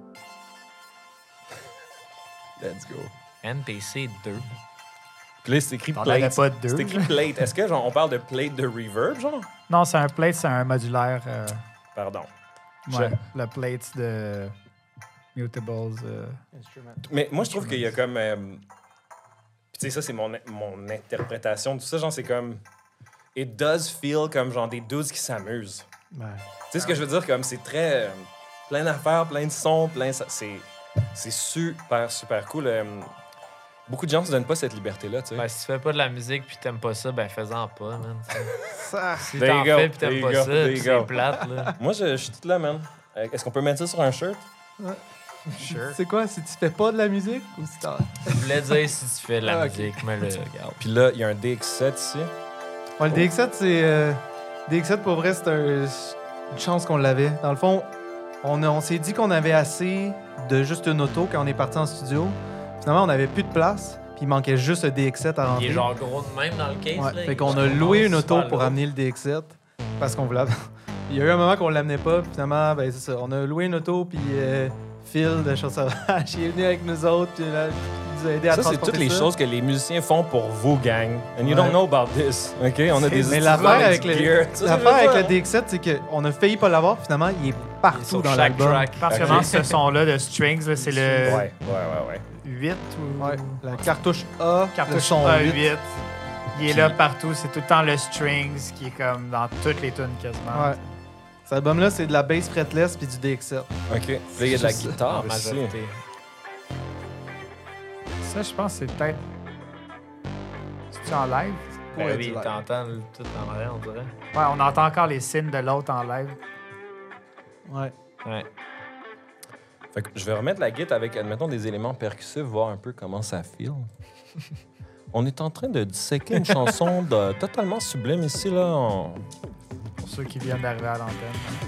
Speaker 1: Let's go.
Speaker 2: NPC 2.
Speaker 1: Puis là, c'est écrit
Speaker 3: T'en avais
Speaker 1: plate.
Speaker 3: pas deux.
Speaker 1: C'est écrit plate. Est-ce que genre, on parle de plate de reverb, genre?
Speaker 3: Non, c'est un plate, c'est un modulaire.
Speaker 1: Pardon.
Speaker 3: Ouais, le plate de Mutables.
Speaker 1: Mais moi, je trouve qu'il y a comme... Puis tu sais, ça, c'est mon interprétation de tout ça. Genre, c'est comme... It does feel comme genre des dudes qui s'amusent.
Speaker 4: Ouais.
Speaker 1: Tu sais ce que je veux dire? Comme c'est très... plein d'affaires, plein de sons, c'est super, super cool. Beaucoup de gens ne se donnent pas cette liberté-là, tu sais.
Speaker 2: Ben, si tu fais pas de la musique puis t'aimes pas ça, ben fais-en pas, man. Si
Speaker 1: There
Speaker 2: t'en
Speaker 1: you go,
Speaker 2: fais puis
Speaker 1: there
Speaker 2: t'aimes
Speaker 1: you
Speaker 2: pas
Speaker 1: go,
Speaker 2: ça,
Speaker 1: there
Speaker 2: puis
Speaker 1: you
Speaker 2: c'est
Speaker 1: go.
Speaker 2: plate, là.
Speaker 1: Moi, je suis tout là, man. Est-ce qu'on peut mettre ça sur un shirt?
Speaker 3: Sure.
Speaker 4: C'est quoi, si tu fais pas de la musique ou si t'en...
Speaker 2: Je voulais dire si tu fais de la
Speaker 4: Ah, ok.
Speaker 2: musique, mais là, regarde.
Speaker 1: Puis là, il y a un DX7 ici.
Speaker 4: Ouais, le DX7, c'est... DX7, pour vrai, c'est une chance qu'on l'avait. Dans le fond, on s'est dit qu'on avait assez de juste une auto quand on est parti en studio. Finalement, on n'avait plus de place, puis il manquait juste le DX7 à rentrer.
Speaker 2: Il est genre gros de même dans le case,
Speaker 4: Ouais,
Speaker 2: là.
Speaker 4: fait
Speaker 2: il
Speaker 4: qu'on
Speaker 2: est
Speaker 4: a
Speaker 2: genre
Speaker 4: loué une
Speaker 2: super
Speaker 4: auto pour
Speaker 2: lourd.
Speaker 4: amener le DX7 parce qu'on voulait... Il y a eu un moment qu'on l'amenait pas, puis finalement, ben c'est ça. On a loué une auto, puis Phil de Chose Sauvage, il est venu avec nous autres, puis là, il nous a aidé à
Speaker 1: Ça, c'est
Speaker 4: transporter
Speaker 1: toutes les
Speaker 4: ça.
Speaker 1: choses que les musiciens font pour vous, gang. And you
Speaker 4: Ouais.
Speaker 1: don't know about this, OK? On a des
Speaker 4: Mais
Speaker 1: étudiants
Speaker 4: l'affaire avec
Speaker 1: du
Speaker 4: le,
Speaker 1: gear. Tu sais,
Speaker 4: l'affaire
Speaker 1: je veux
Speaker 4: avec le
Speaker 1: dire,
Speaker 4: DX7, c'est qu'on a failli pas l'avoir, puis finalement, il est
Speaker 2: Il est
Speaker 4: partout
Speaker 2: sur
Speaker 4: dans
Speaker 2: chaque
Speaker 4: l'album.
Speaker 2: track.
Speaker 3: Particulièrement
Speaker 1: Ok.
Speaker 3: ce son-là de strings, là, c'est le
Speaker 1: Ouais.
Speaker 3: 8 ou
Speaker 4: Ouais, la cartouche A, le
Speaker 3: cartouche
Speaker 4: son
Speaker 3: A8.
Speaker 4: 8.
Speaker 3: Il est là partout. C'est tout le temps le strings qui est comme dans toutes les tunes quasiment.
Speaker 4: Ouais. Cet album-là, c'est de la bass fretless puis du DX7.
Speaker 1: OK. Là, il y a de la
Speaker 4: Juste ça.
Speaker 1: guitare
Speaker 2: En
Speaker 1: aussi.
Speaker 2: majorité.
Speaker 3: Ça, je pense que c'est peut-être. C'est-tu en live?
Speaker 2: Ben
Speaker 4: Ouais,
Speaker 2: oui,
Speaker 4: du live.
Speaker 2: t'entends tout en arrière, on dirait.
Speaker 3: Ouais, on entend encore les signes de l'autre en live.
Speaker 4: Ouais.
Speaker 2: Ouais.
Speaker 1: Fait que je vais remettre la guitare avec, admettons, des éléments percussifs, voir un peu comment ça feel. On est en train de disséquer une chanson totalement sublime ici, là.
Speaker 3: Pour ceux qui viennent d'arriver à l'antenne.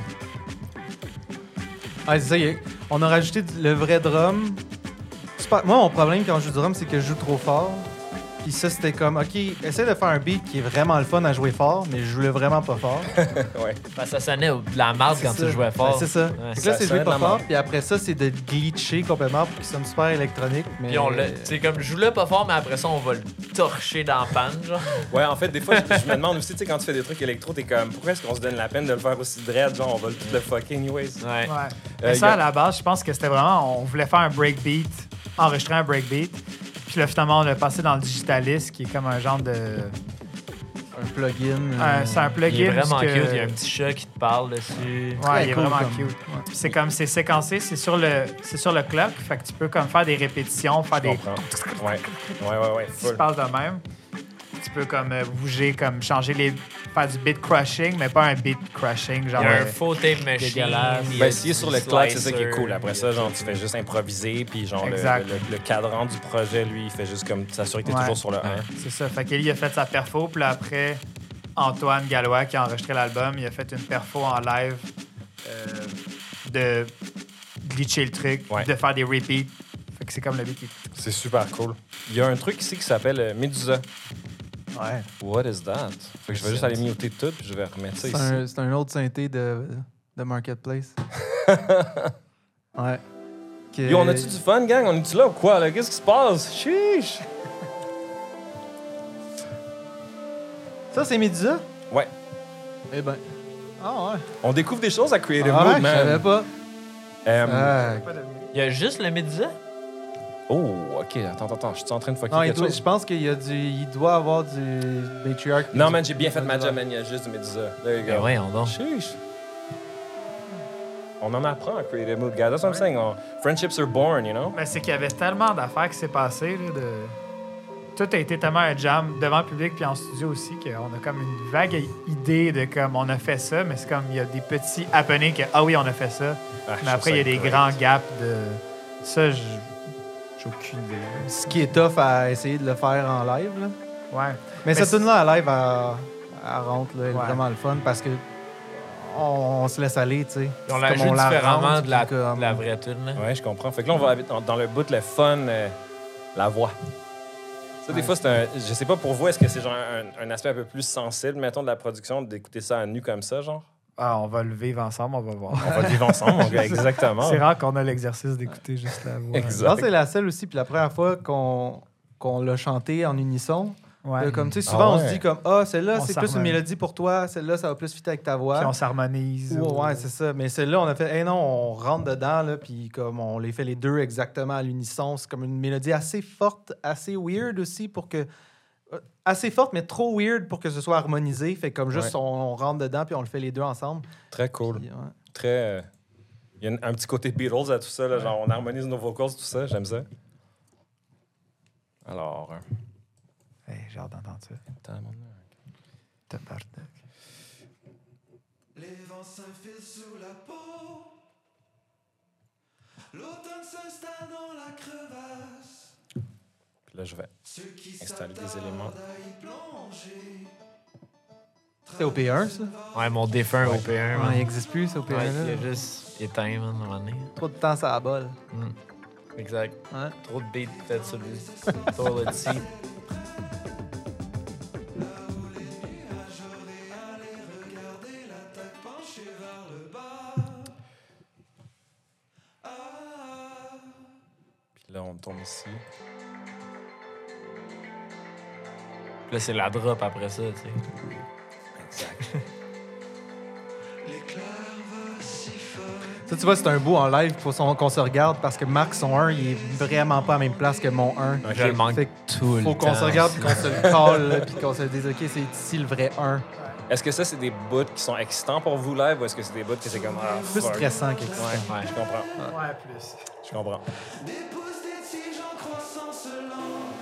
Speaker 4: Ah, c'est ça, on a rajouté le vrai drum. Moi, mon problème quand je joue du drum, c'est que je joue trop fort. Puis ça, c'était comme, OK, essaie de faire un beat qui est vraiment le fun à jouer fort, mais je jouais vraiment pas fort.
Speaker 1: Ouais.
Speaker 2: Ben, ça sonnait de la marde quand
Speaker 4: C'est ça.
Speaker 2: tu jouais fort.
Speaker 4: Ben, c'est ça.
Speaker 2: Ouais.
Speaker 4: Fait que là,
Speaker 1: Ça
Speaker 4: c'est
Speaker 1: sonnait
Speaker 4: jouer
Speaker 1: de la
Speaker 4: pas fort,
Speaker 1: merde.
Speaker 4: puis après ça, c'est de glitcher complètement pour qu'il sonne super électronique. Mais...
Speaker 2: Puis on l'a. C'est comme, je joue-le pas fort, mais après ça, on va le torcher dans la panne, genre.
Speaker 1: Ouais, en fait, des fois, je me demande aussi, tu sais, quand tu fais des trucs électro, t'es comme, pourquoi est-ce qu'on se donne la peine de le faire aussi dread? Genre, on va tout le fucker anyways.
Speaker 2: Ouais.
Speaker 3: Ouais. Mais ça, à la base, je pense que c'était vraiment. On voulait faire un breakbeat, enregistrer un breakbeat. Puis là, finalement, on l'a passé dans le Digitalist, qui est comme un genre de.
Speaker 4: Un plugin.
Speaker 3: C'est un plugin.
Speaker 2: Il est vraiment
Speaker 3: parce que-
Speaker 2: cute, il y a un petit chat qui te parle dessus.
Speaker 3: Ouais, il est
Speaker 4: cool
Speaker 3: vraiment
Speaker 4: comme-
Speaker 3: cute. Ouais. Puis c'est comme, c'est séquencé, c'est sur le clock. Fait que tu peux comme faire des répétitions, faire
Speaker 1: Je
Speaker 3: des.
Speaker 1: comprends. Ouais.
Speaker 3: Tu
Speaker 1: Full.
Speaker 3: passes de même. Tu peux comme bouger, comme changer les. Faire du beat crushing, mais pas un beat crushing, genre.
Speaker 2: Il y a un faux tape machine.
Speaker 3: dégueulasse.
Speaker 2: il y a
Speaker 1: Ben, s'il est
Speaker 2: du
Speaker 1: sur le clock, c'est ça qui est
Speaker 2: slicer,
Speaker 1: cool. Après
Speaker 2: il y
Speaker 1: ça,
Speaker 2: a
Speaker 1: genre,
Speaker 2: tout.
Speaker 1: tu fais juste improviser, puis genre,
Speaker 3: Exact.
Speaker 1: le cadran du projet, lui, il fait juste comme s'assurer que t'es
Speaker 3: Ouais.
Speaker 1: toujours sur le 1.
Speaker 3: C'est ça. Fait qu'Eli a fait sa perfo, puis là, après, Antoine Gallois, qui a enregistré l'album, il a fait une perfo en live de glitcher le truc,
Speaker 1: Ouais.
Speaker 3: de faire des repeats. Fait que c'est comme le beat qui.
Speaker 1: C'est super cool. Il y a un truc ici qui s'appelle Medusa.
Speaker 4: Ouais.
Speaker 1: What is that? Fait que je vais juste aller muter tout, puis je vais remettre ça ici.
Speaker 4: C'est un autre synthé de Marketplace. Ouais. Que-
Speaker 1: Yo, on a-tu du fun, gang? On est-tu là ou quoi? Là? Qu'est-ce qui se passe? Chiche!
Speaker 4: Ça, c'est Medusa?
Speaker 1: Ouais.
Speaker 4: Eh ben. Ah ouais.
Speaker 1: On découvre des choses à Creative
Speaker 4: Ah ouais,
Speaker 1: Mood,
Speaker 4: je savais
Speaker 1: man.
Speaker 4: pas. Ah.
Speaker 2: Il y a juste le Medusa?
Speaker 1: Oh, OK. Attends. Je suis en train de fucker
Speaker 4: Non,
Speaker 1: quelque chose?
Speaker 4: je pense il doit avoir du Matriarch.
Speaker 1: Non, man, j'ai bien fait ma job, man. Il y a juste du Medusa. There you
Speaker 2: Ben
Speaker 1: go.
Speaker 2: voyons donc.
Speaker 1: Chiche. On en apprend à Creative Mood, guys. That's what I'm saying. Friendships are born, you know?
Speaker 3: Mais c'est qu'il y avait tellement d'affaires qui s'est passé. Là, Tout a été tellement un jam devant le public puis en studio aussi qu'on a comme une vague idée de comme on a fait ça, mais c'est comme il y a des petits happenings que ah oui, on a fait ça.
Speaker 1: Ah, je
Speaker 3: Mais après, il y a
Speaker 1: trouve
Speaker 3: des
Speaker 1: ça
Speaker 3: grands
Speaker 1: great.
Speaker 3: gaps de. Ça, j'ai aucune idée.
Speaker 4: Ce qui est tough à essayer de le faire en live. Là.
Speaker 3: Ouais.
Speaker 4: Mais cette
Speaker 3: c'est-
Speaker 4: tune-là à live, elle rentre. Là, elle est
Speaker 3: Ouais.
Speaker 4: vraiment le fun parce que on se laisse aller, tu sais.
Speaker 2: On la
Speaker 4: Comme
Speaker 2: joue
Speaker 4: la
Speaker 2: différemment
Speaker 4: rentre,
Speaker 2: de la,
Speaker 4: puis comme-
Speaker 2: de la vraie tune. Là.
Speaker 1: Ouais, je comprends. Fait que là, on va dans le bout le fun, la voix. Ça, des fois, c'est un... Je sais pas pour vous, est-ce que c'est genre un aspect un peu plus sensible, mettons, de la production, d'écouter ça à nu comme ça, genre?
Speaker 3: Ah, on va le vivre ensemble, on va voir.
Speaker 1: On va le vivre ensemble, mon gars, exactement.
Speaker 3: C'est rare qu'on a l'exercice d'écouter juste la voix.
Speaker 1: Exact.
Speaker 4: Je pense que c'est la seule aussi, puis la première fois qu'on l'a chanté en unisson.
Speaker 3: Ouais.
Speaker 4: Comme, tu sais, souvent,
Speaker 1: Ah
Speaker 4: on
Speaker 1: ouais.
Speaker 4: se dit comme, celle-là,
Speaker 3: On
Speaker 4: c'est plus une
Speaker 3: s'harmonise.
Speaker 4: mélodie pour toi, celle-là, ça va plus fitter avec ta voix.
Speaker 3: Puis on s'harmonise.
Speaker 4: Ouais, c'est ça. Mais celle-là, on a fait, non, on rentre dedans, là, puis comme on les fait les deux exactement à l'unisson. C'est comme une mélodie assez forte, assez weird aussi pour que. Assez forte, mais trop weird pour que ce soit harmonisé. Fait comme juste, on rentre dedans, puis on le fait les deux ensemble.
Speaker 1: Très cool.
Speaker 4: Puis, ouais.
Speaker 1: Très... Il y a un petit côté Beatles à tout ça, là, genre on harmonise nos vocals, tout ça, j'aime ça. Alors...
Speaker 3: Hey, j'ai hâte d'entendre ça. Tabarnak.
Speaker 5: Les vents s'infilent sous la peau. L'automne s'installe dans la crevasse.
Speaker 1: Puis là, je vais
Speaker 5: Ceux qui
Speaker 1: installer des éléments.
Speaker 5: s'attardent à y plonger.
Speaker 4: C'est au P1, ça?
Speaker 2: Ouais, mon défunt au P1.
Speaker 4: Ouais,
Speaker 2: man.
Speaker 4: il n'existe plus, c'est au P1.
Speaker 2: Ouais,
Speaker 4: là.
Speaker 2: il a juste éteint, man, à un moment donné.
Speaker 4: Trop de temps, ça abole.
Speaker 2: Exact.
Speaker 4: Ouais.
Speaker 2: Trop de beats peut-être sur lui. Toilet seat.
Speaker 1: Puis là, on tombe ici.
Speaker 2: Là, c'est la drop après ça, tu sais.
Speaker 1: Exact.
Speaker 4: Ça, tu vois, c'est un bout en live qu'on se regarde parce que Marc, son 1, il est vraiment pas à la même place que mon 1.
Speaker 2: Je le manque
Speaker 4: Fait que
Speaker 2: tout le temps.
Speaker 4: faut qu'on se regarde puis qu'on se le colle, là, puis qu'on se dise, OK, c'est ici le vrai 1.
Speaker 1: Est-ce que ça, c'est des bouts qui sont excitants pour vous live ou est-ce que c'est des bouts que c'est comme...
Speaker 4: Plus
Speaker 1: fuck?
Speaker 4: stressant qu'excitant.
Speaker 1: Ouais, je comprends.
Speaker 3: Ouais, plus.
Speaker 1: Je comprends.
Speaker 5: Des pousses, des tiges en croissance lente.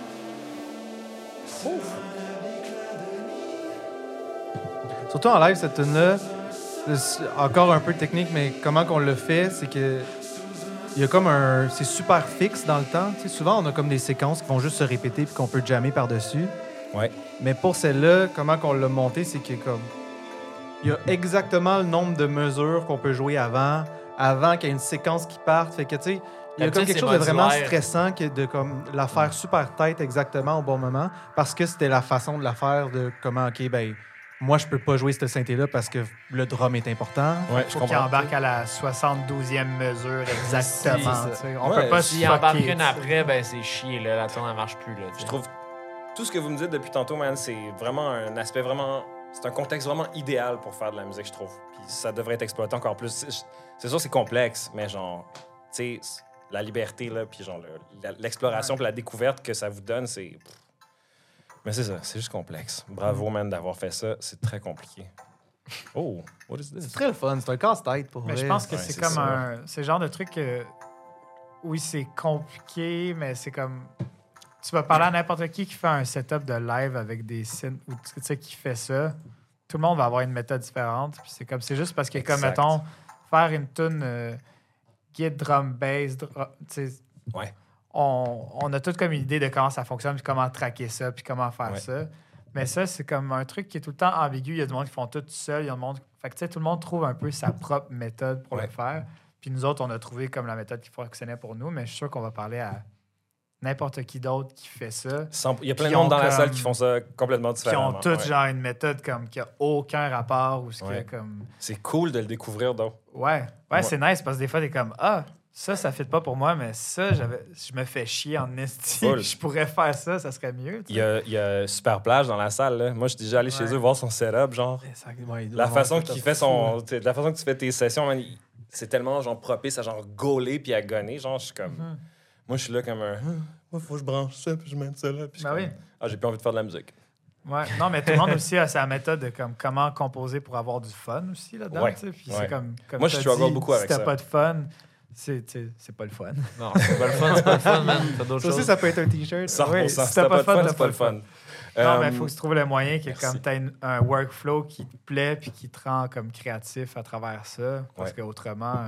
Speaker 4: Surtout en live, cette tune-là, c'est encore un peu technique, mais comment qu'on le fait, c'est que il y a comme un... C'est super fixe dans le temps. Tu sais, souvent, on a comme des séquences qui vont juste se répéter puis qu'on peut jammer par-dessus.
Speaker 1: Ouais.
Speaker 4: Mais pour celle-là, comment qu'on l'a montée, c'est que comme... Il y a exactement le nombre de mesures qu'on peut jouer avant qu'il y ait une séquence qui parte. Fait que, tu sais, il y a comme quelque chose de vraiment stressant que de comme la faire super tight exactement au bon moment parce que c'était la façon de la faire de comment, OK, ben moi, je peux pas jouer cette synthé-là parce que le drum est important.
Speaker 1: Ouais, je
Speaker 3: Faut qu'il
Speaker 1: comprends.
Speaker 3: embarque à la 72e mesure exactement.
Speaker 4: C'est ça.
Speaker 3: tu sais. On
Speaker 1: Ouais,
Speaker 3: peut pas
Speaker 2: S'il
Speaker 3: se
Speaker 2: embarque
Speaker 3: fucker,
Speaker 2: une
Speaker 3: tu sais.
Speaker 2: après, ben c'est chier, là. La tourne, elle marche plus, là. tu sais.
Speaker 1: Je trouve tout ce que vous me dites depuis tantôt, man, c'est vraiment un aspect vraiment... C'est un contexte vraiment idéal pour faire de la musique, je trouve. Puis ça devrait être exploité encore plus. C'est sûr, c'est complexe, mais genre, tu sais, la liberté, là, puis genre l'exploration puis la découverte que ça vous donne, c'est... Mais c'est ça, c'est juste complexe. Bravo, man, d'avoir fait ça. C'est très compliqué. Oh, what is
Speaker 4: C'est
Speaker 1: this?
Speaker 4: très le fun. C'est un casse-tête pour
Speaker 3: Mais
Speaker 4: vrai.
Speaker 3: je pense que
Speaker 1: Ouais,
Speaker 3: c'est
Speaker 1: c'est
Speaker 3: comme
Speaker 1: ça.
Speaker 3: c'est le genre de truc que oui, c'est compliqué, mais c'est comme tu vas parler à n'importe qui fait un setup de live avec des synths ou tu sais qui fait ça, tout le monde va avoir une méthode différente. Puis c'est comme c'est juste parce que comme
Speaker 1: Exact.
Speaker 3: mettons faire une tune guide drum bass, tu sais,
Speaker 1: Ouais.
Speaker 3: on a tout comme une idée de comment ça fonctionne, puis comment tracker ça, puis comment faire
Speaker 1: Ouais.
Speaker 3: ça. Mais ça, c'est comme un truc qui est tout le temps ambigu. Il y a du monde qui font tout seul. Il y a du monde... Fait que, tu sais, tout le monde trouve un peu sa propre méthode pour
Speaker 1: Ouais.
Speaker 3: le faire. Puis nous autres, on a trouvé comme la méthode qui fonctionnait pour nous. Mais je suis sûr qu'on va parler à n'importe qui d'autre qui fait ça.
Speaker 1: Il y a plein de
Speaker 3: Qui
Speaker 1: monde
Speaker 3: ont
Speaker 1: dans la
Speaker 3: comme-
Speaker 1: salle qui font ça complètement
Speaker 3: Qui
Speaker 1: différemment.
Speaker 3: ont toutes
Speaker 1: Ouais.
Speaker 3: genre une méthode comme qui a aucun rapport ou ce qui
Speaker 1: Ouais.
Speaker 3: est comme...
Speaker 1: C'est cool de le découvrir, donc.
Speaker 3: Ouais,
Speaker 1: Ouais.
Speaker 3: c'est nice parce que des fois, t'es comme ça fit pas pour moi, mais ça, je me fais chier en esti.
Speaker 1: Full.
Speaker 3: Je pourrais faire ça, ça serait mieux. tu
Speaker 1: Il
Speaker 3: sais.
Speaker 1: y a Super Plage dans la salle, là. Moi, je suis déjà allé chez
Speaker 3: Ouais.
Speaker 1: eux voir son setup, genre.
Speaker 4: Ouais, il doit
Speaker 1: La
Speaker 4: avoir
Speaker 1: façon
Speaker 4: un
Speaker 1: qu'il
Speaker 4: setup
Speaker 1: fait
Speaker 4: fou, là.
Speaker 1: la façon que tu fais tes sessions, man, c'est tellement genre propice à genre gauler puis à gonner, genre je suis comme moi je suis là comme un faut que je branche ça puis je mets ça là puis je
Speaker 3: Ben
Speaker 1: suis
Speaker 3: oui.
Speaker 1: comme, j'ai plus envie de faire de la musique.
Speaker 3: Ouais. Non, mais tout le monde aussi a sa méthode de comme, comment composer pour avoir du fun aussi là-dedans.
Speaker 1: Ouais.
Speaker 3: tu sais. Puis
Speaker 1: Ouais.
Speaker 3: c'est comme
Speaker 1: Moi, je
Speaker 3: t'as
Speaker 1: struggle
Speaker 3: dit,
Speaker 1: beaucoup avec
Speaker 3: si t'as
Speaker 1: ça.
Speaker 3: pas de fun, c'est pas le fun.
Speaker 2: Non, c'est pas le fun, c'est pas le fun, man. Fais d'autres
Speaker 4: Ça aussi,
Speaker 2: choses.
Speaker 4: ça peut être un T-shirt.
Speaker 1: 100%,
Speaker 3: Oui,
Speaker 1: si t'as pas de fun, c'est pas le fun.
Speaker 3: Non, mais il faut que tu trouves le moyen que
Speaker 1: merci.
Speaker 3: comme tu un workflow qui te plaît puis qui te rend comme créatif à travers ça. Parce
Speaker 1: Ouais.
Speaker 3: qu'autrement,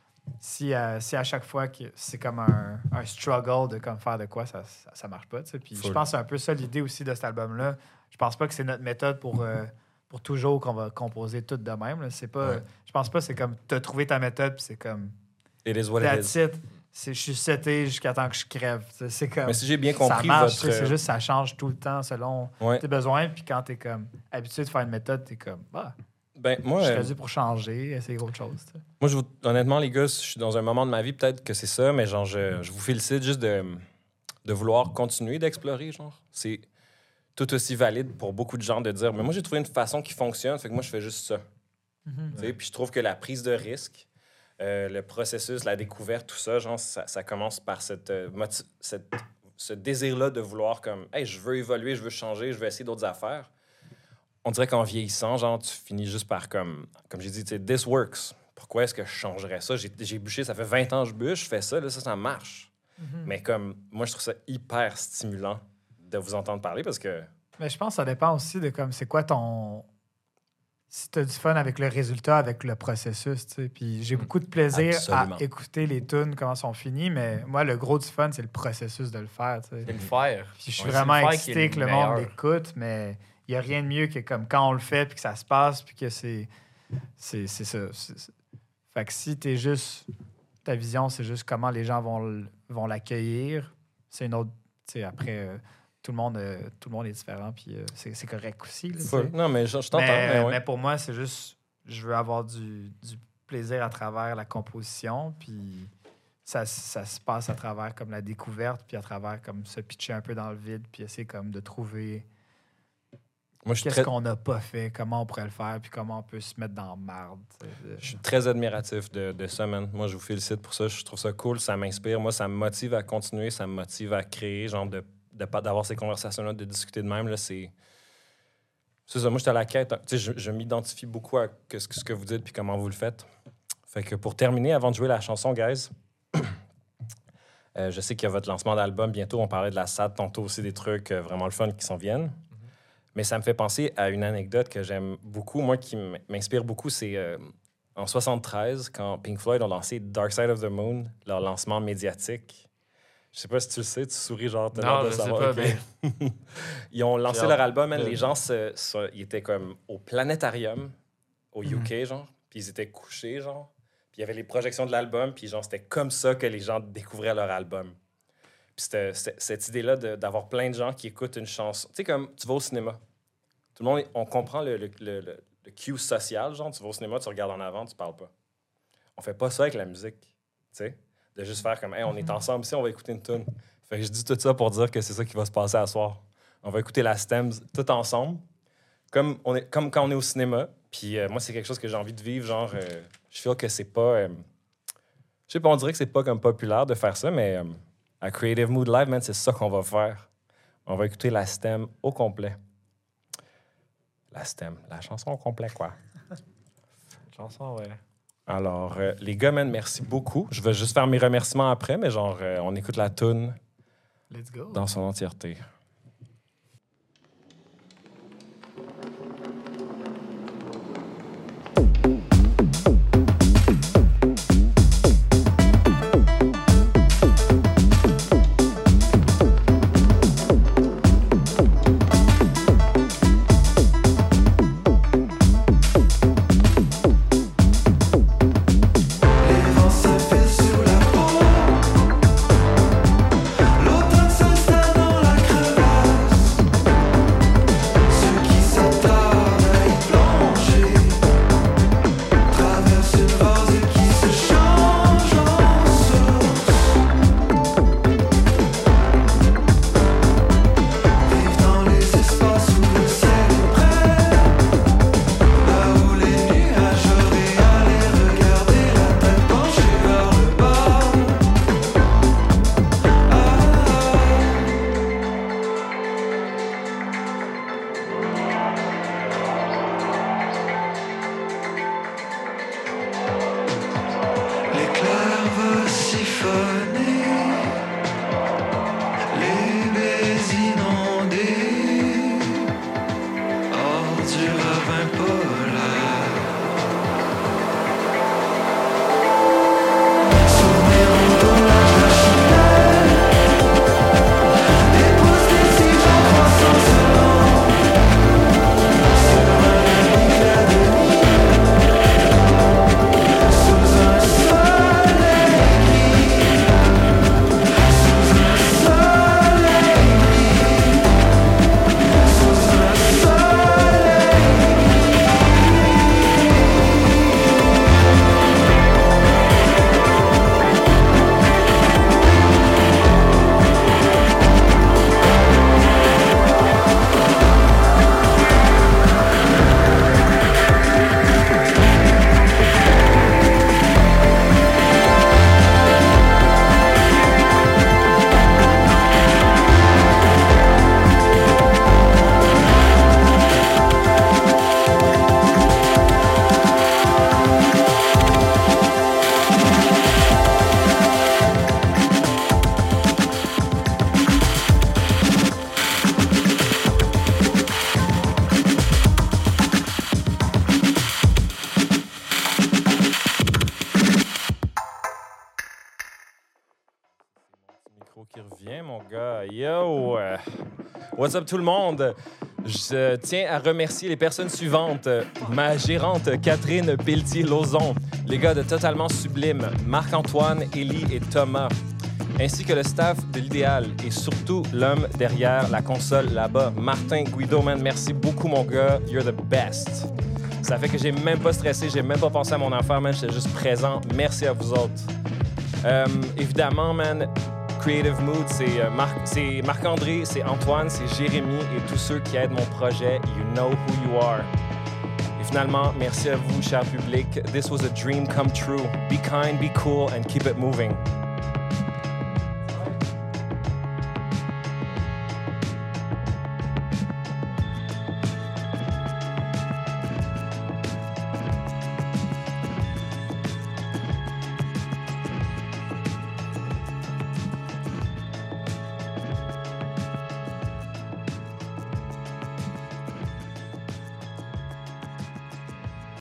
Speaker 3: si à chaque fois que c'est comme un struggle de comme faire de quoi, ça marche pas. Tu sais. Puis je
Speaker 1: Full.
Speaker 3: pense que c'est un peu ça l'idée aussi de cet album-là. Je pense pas que c'est notre méthode pour toujours qu'on va composer tout de même. Là. C'est pas,
Speaker 1: Ouais.
Speaker 3: je pense pas que c'est comme tu as trouvé ta méthode puis c'est comme
Speaker 1: It is what it
Speaker 3: that's
Speaker 1: is.
Speaker 3: it. je suis seté jusqu'à temps que je crève. C'est comme,
Speaker 1: mais si j'ai bien compris,
Speaker 3: ça marche,
Speaker 1: votre...
Speaker 3: c'est juste ça change tout le temps selon tes besoins. Puis quand t'es comme habitué de faire une méthode, t'es comme
Speaker 1: moi,
Speaker 3: je suis réduit pour changer, essayer autre chose. T'sais.
Speaker 1: Moi, honnêtement, les gars, je suis dans un moment de ma vie, peut-être que c'est ça, mais genre, je vous félicite juste de vouloir continuer d'explorer, genre. C'est tout aussi valide pour beaucoup de gens de dire, mais moi, j'ai trouvé une façon qui fonctionne, fait que moi, je fais juste ça. Puis je trouve que la prise de risque, le processus, la découverte, tout ça, genre, ça commence par ce désir-là de vouloir comme, hey, je veux évoluer, je veux changer, je veux essayer d'autres affaires. On dirait qu'en vieillissant, genre, tu finis juste par comme j'ai dit, tu sais, this works. Pourquoi est-ce que je changerais ça? J'ai bûché, ça fait 20 ans que je bûche, je fais ça, là, ça marche. Mais comme, moi, je trouve ça hyper stimulant de vous entendre parler parce que...
Speaker 3: Mais je pense que ça dépend aussi de comme, c'est quoi ton... Si tu as du fun avec le résultat, avec le processus, tu sais. Puis j'ai beaucoup de plaisir à écouter les tunes, comment sont finies, mais moi, le gros du fun, c'est le processus de le faire, tu sais.
Speaker 2: C'est le faire.
Speaker 3: Puis je suis vraiment excité que le monde l'écoute, mais il n'y a rien de mieux que comme quand on le fait, puis que ça se passe, puis que c'est ça. Fait que si t'es juste... Ta vision, c'est juste comment les gens vont l'accueillir, c'est une autre... Tu sais, après... Tout le monde est différent, puis c'est correct aussi. Là,
Speaker 1: non, mais je t'entends.
Speaker 3: Mais pour moi, c'est juste, je veux avoir du plaisir à travers la composition, puis ça se passe à travers comme la découverte, puis à travers comme se pitcher un peu dans le vide, puis essayer comme de trouver qu'est-ce qu'on n'a pas fait, comment on pourrait le faire, puis comment on peut se mettre dans la marde.
Speaker 1: Je suis très admiratif de ça, man. Moi, je vous félicite pour ça. Je trouve ça cool, ça m'inspire. Moi, ça me motive à continuer, ça me motive à créer, genre d'avoir ces conversations-là, de discuter de même, là, c'est ça. Moi, j'étais à la quête. Tu sais, je m'identifie beaucoup à ce que vous dites puis comment vous le faites. Fait que pour terminer, avant de jouer la chanson, guys, je sais qu'il y a votre lancement d'album bientôt. On parlait de la SAD tantôt aussi, des trucs vraiment le fun qui s'en viennent. Mais ça me fait penser à une anecdote que j'aime beaucoup. Moi, qui m'inspire beaucoup, c'est en 73, quand Pink Floyd ont lancé Dark Side of the Moon, leur lancement médiatique. Je sais pas si tu le sais, tu souris genre...
Speaker 2: Non, je sais pas,
Speaker 1: okay. Ils ont lancé leur album, les gens ils étaient comme au planétarium, au UK, genre, puis ils étaient couchés, genre, puis il y avait les projections de l'album, puis genre, c'était comme ça que les gens découvraient leur album. Puis c'était cette idée-là d'avoir plein de gens qui écoutent une chanson. Tu sais, comme tu vas au cinéma. Tout le monde, on comprend le cue social, genre, tu vas au cinéma, tu regardes en avant, tu parles pas. On fait pas ça avec la musique, tu sais. De juste faire comme, hey, on est ensemble ici, on va écouter une tune. Fait que je dis tout ça pour dire que c'est ça qui va se passer à soir. On va écouter la Stems tout ensemble, comme quand on est au cinéma. Puis moi, c'est quelque chose que j'ai envie de vivre. Genre, je feel que c'est pas... je sais pas, on dirait que c'est pas comme populaire de faire ça, mais à Creative Mood Live, man, c'est ça qu'on va faire. On va écouter la Stem au complet. La Stem, la chanson au complet, quoi.
Speaker 2: Chanson, ouais.
Speaker 1: Alors, les gars, man, merci beaucoup. Je vais juste faire mes remerciements après, mais genre, on écoute la toune dans son entièreté. mon gars. Yo! What's up, tout le monde? Je tiens à remercier les personnes suivantes. Ma gérante Catherine Pelletier-Lauzon, les gars de Totalement Sublime, Marc-Antoine, Élie et Thomas, ainsi que le staff de l'Idéal et surtout l'homme derrière la console là-bas, Martin Guido, man. Merci beaucoup, mon gars. You're the best. Ça fait que j'ai même pas stressé, j'ai même pas pensé à mon affaire, man. J'étais juste présent. Merci à vous autres. Évidemment, man, Creative Mood, c'est Marc-André, c'est Antoine, c'est Jérémy et tous ceux qui aident mon projet. You know who you are. Et finalement, merci à vous, cher public. This was a dream come true. Be kind, be cool, and keep it moving.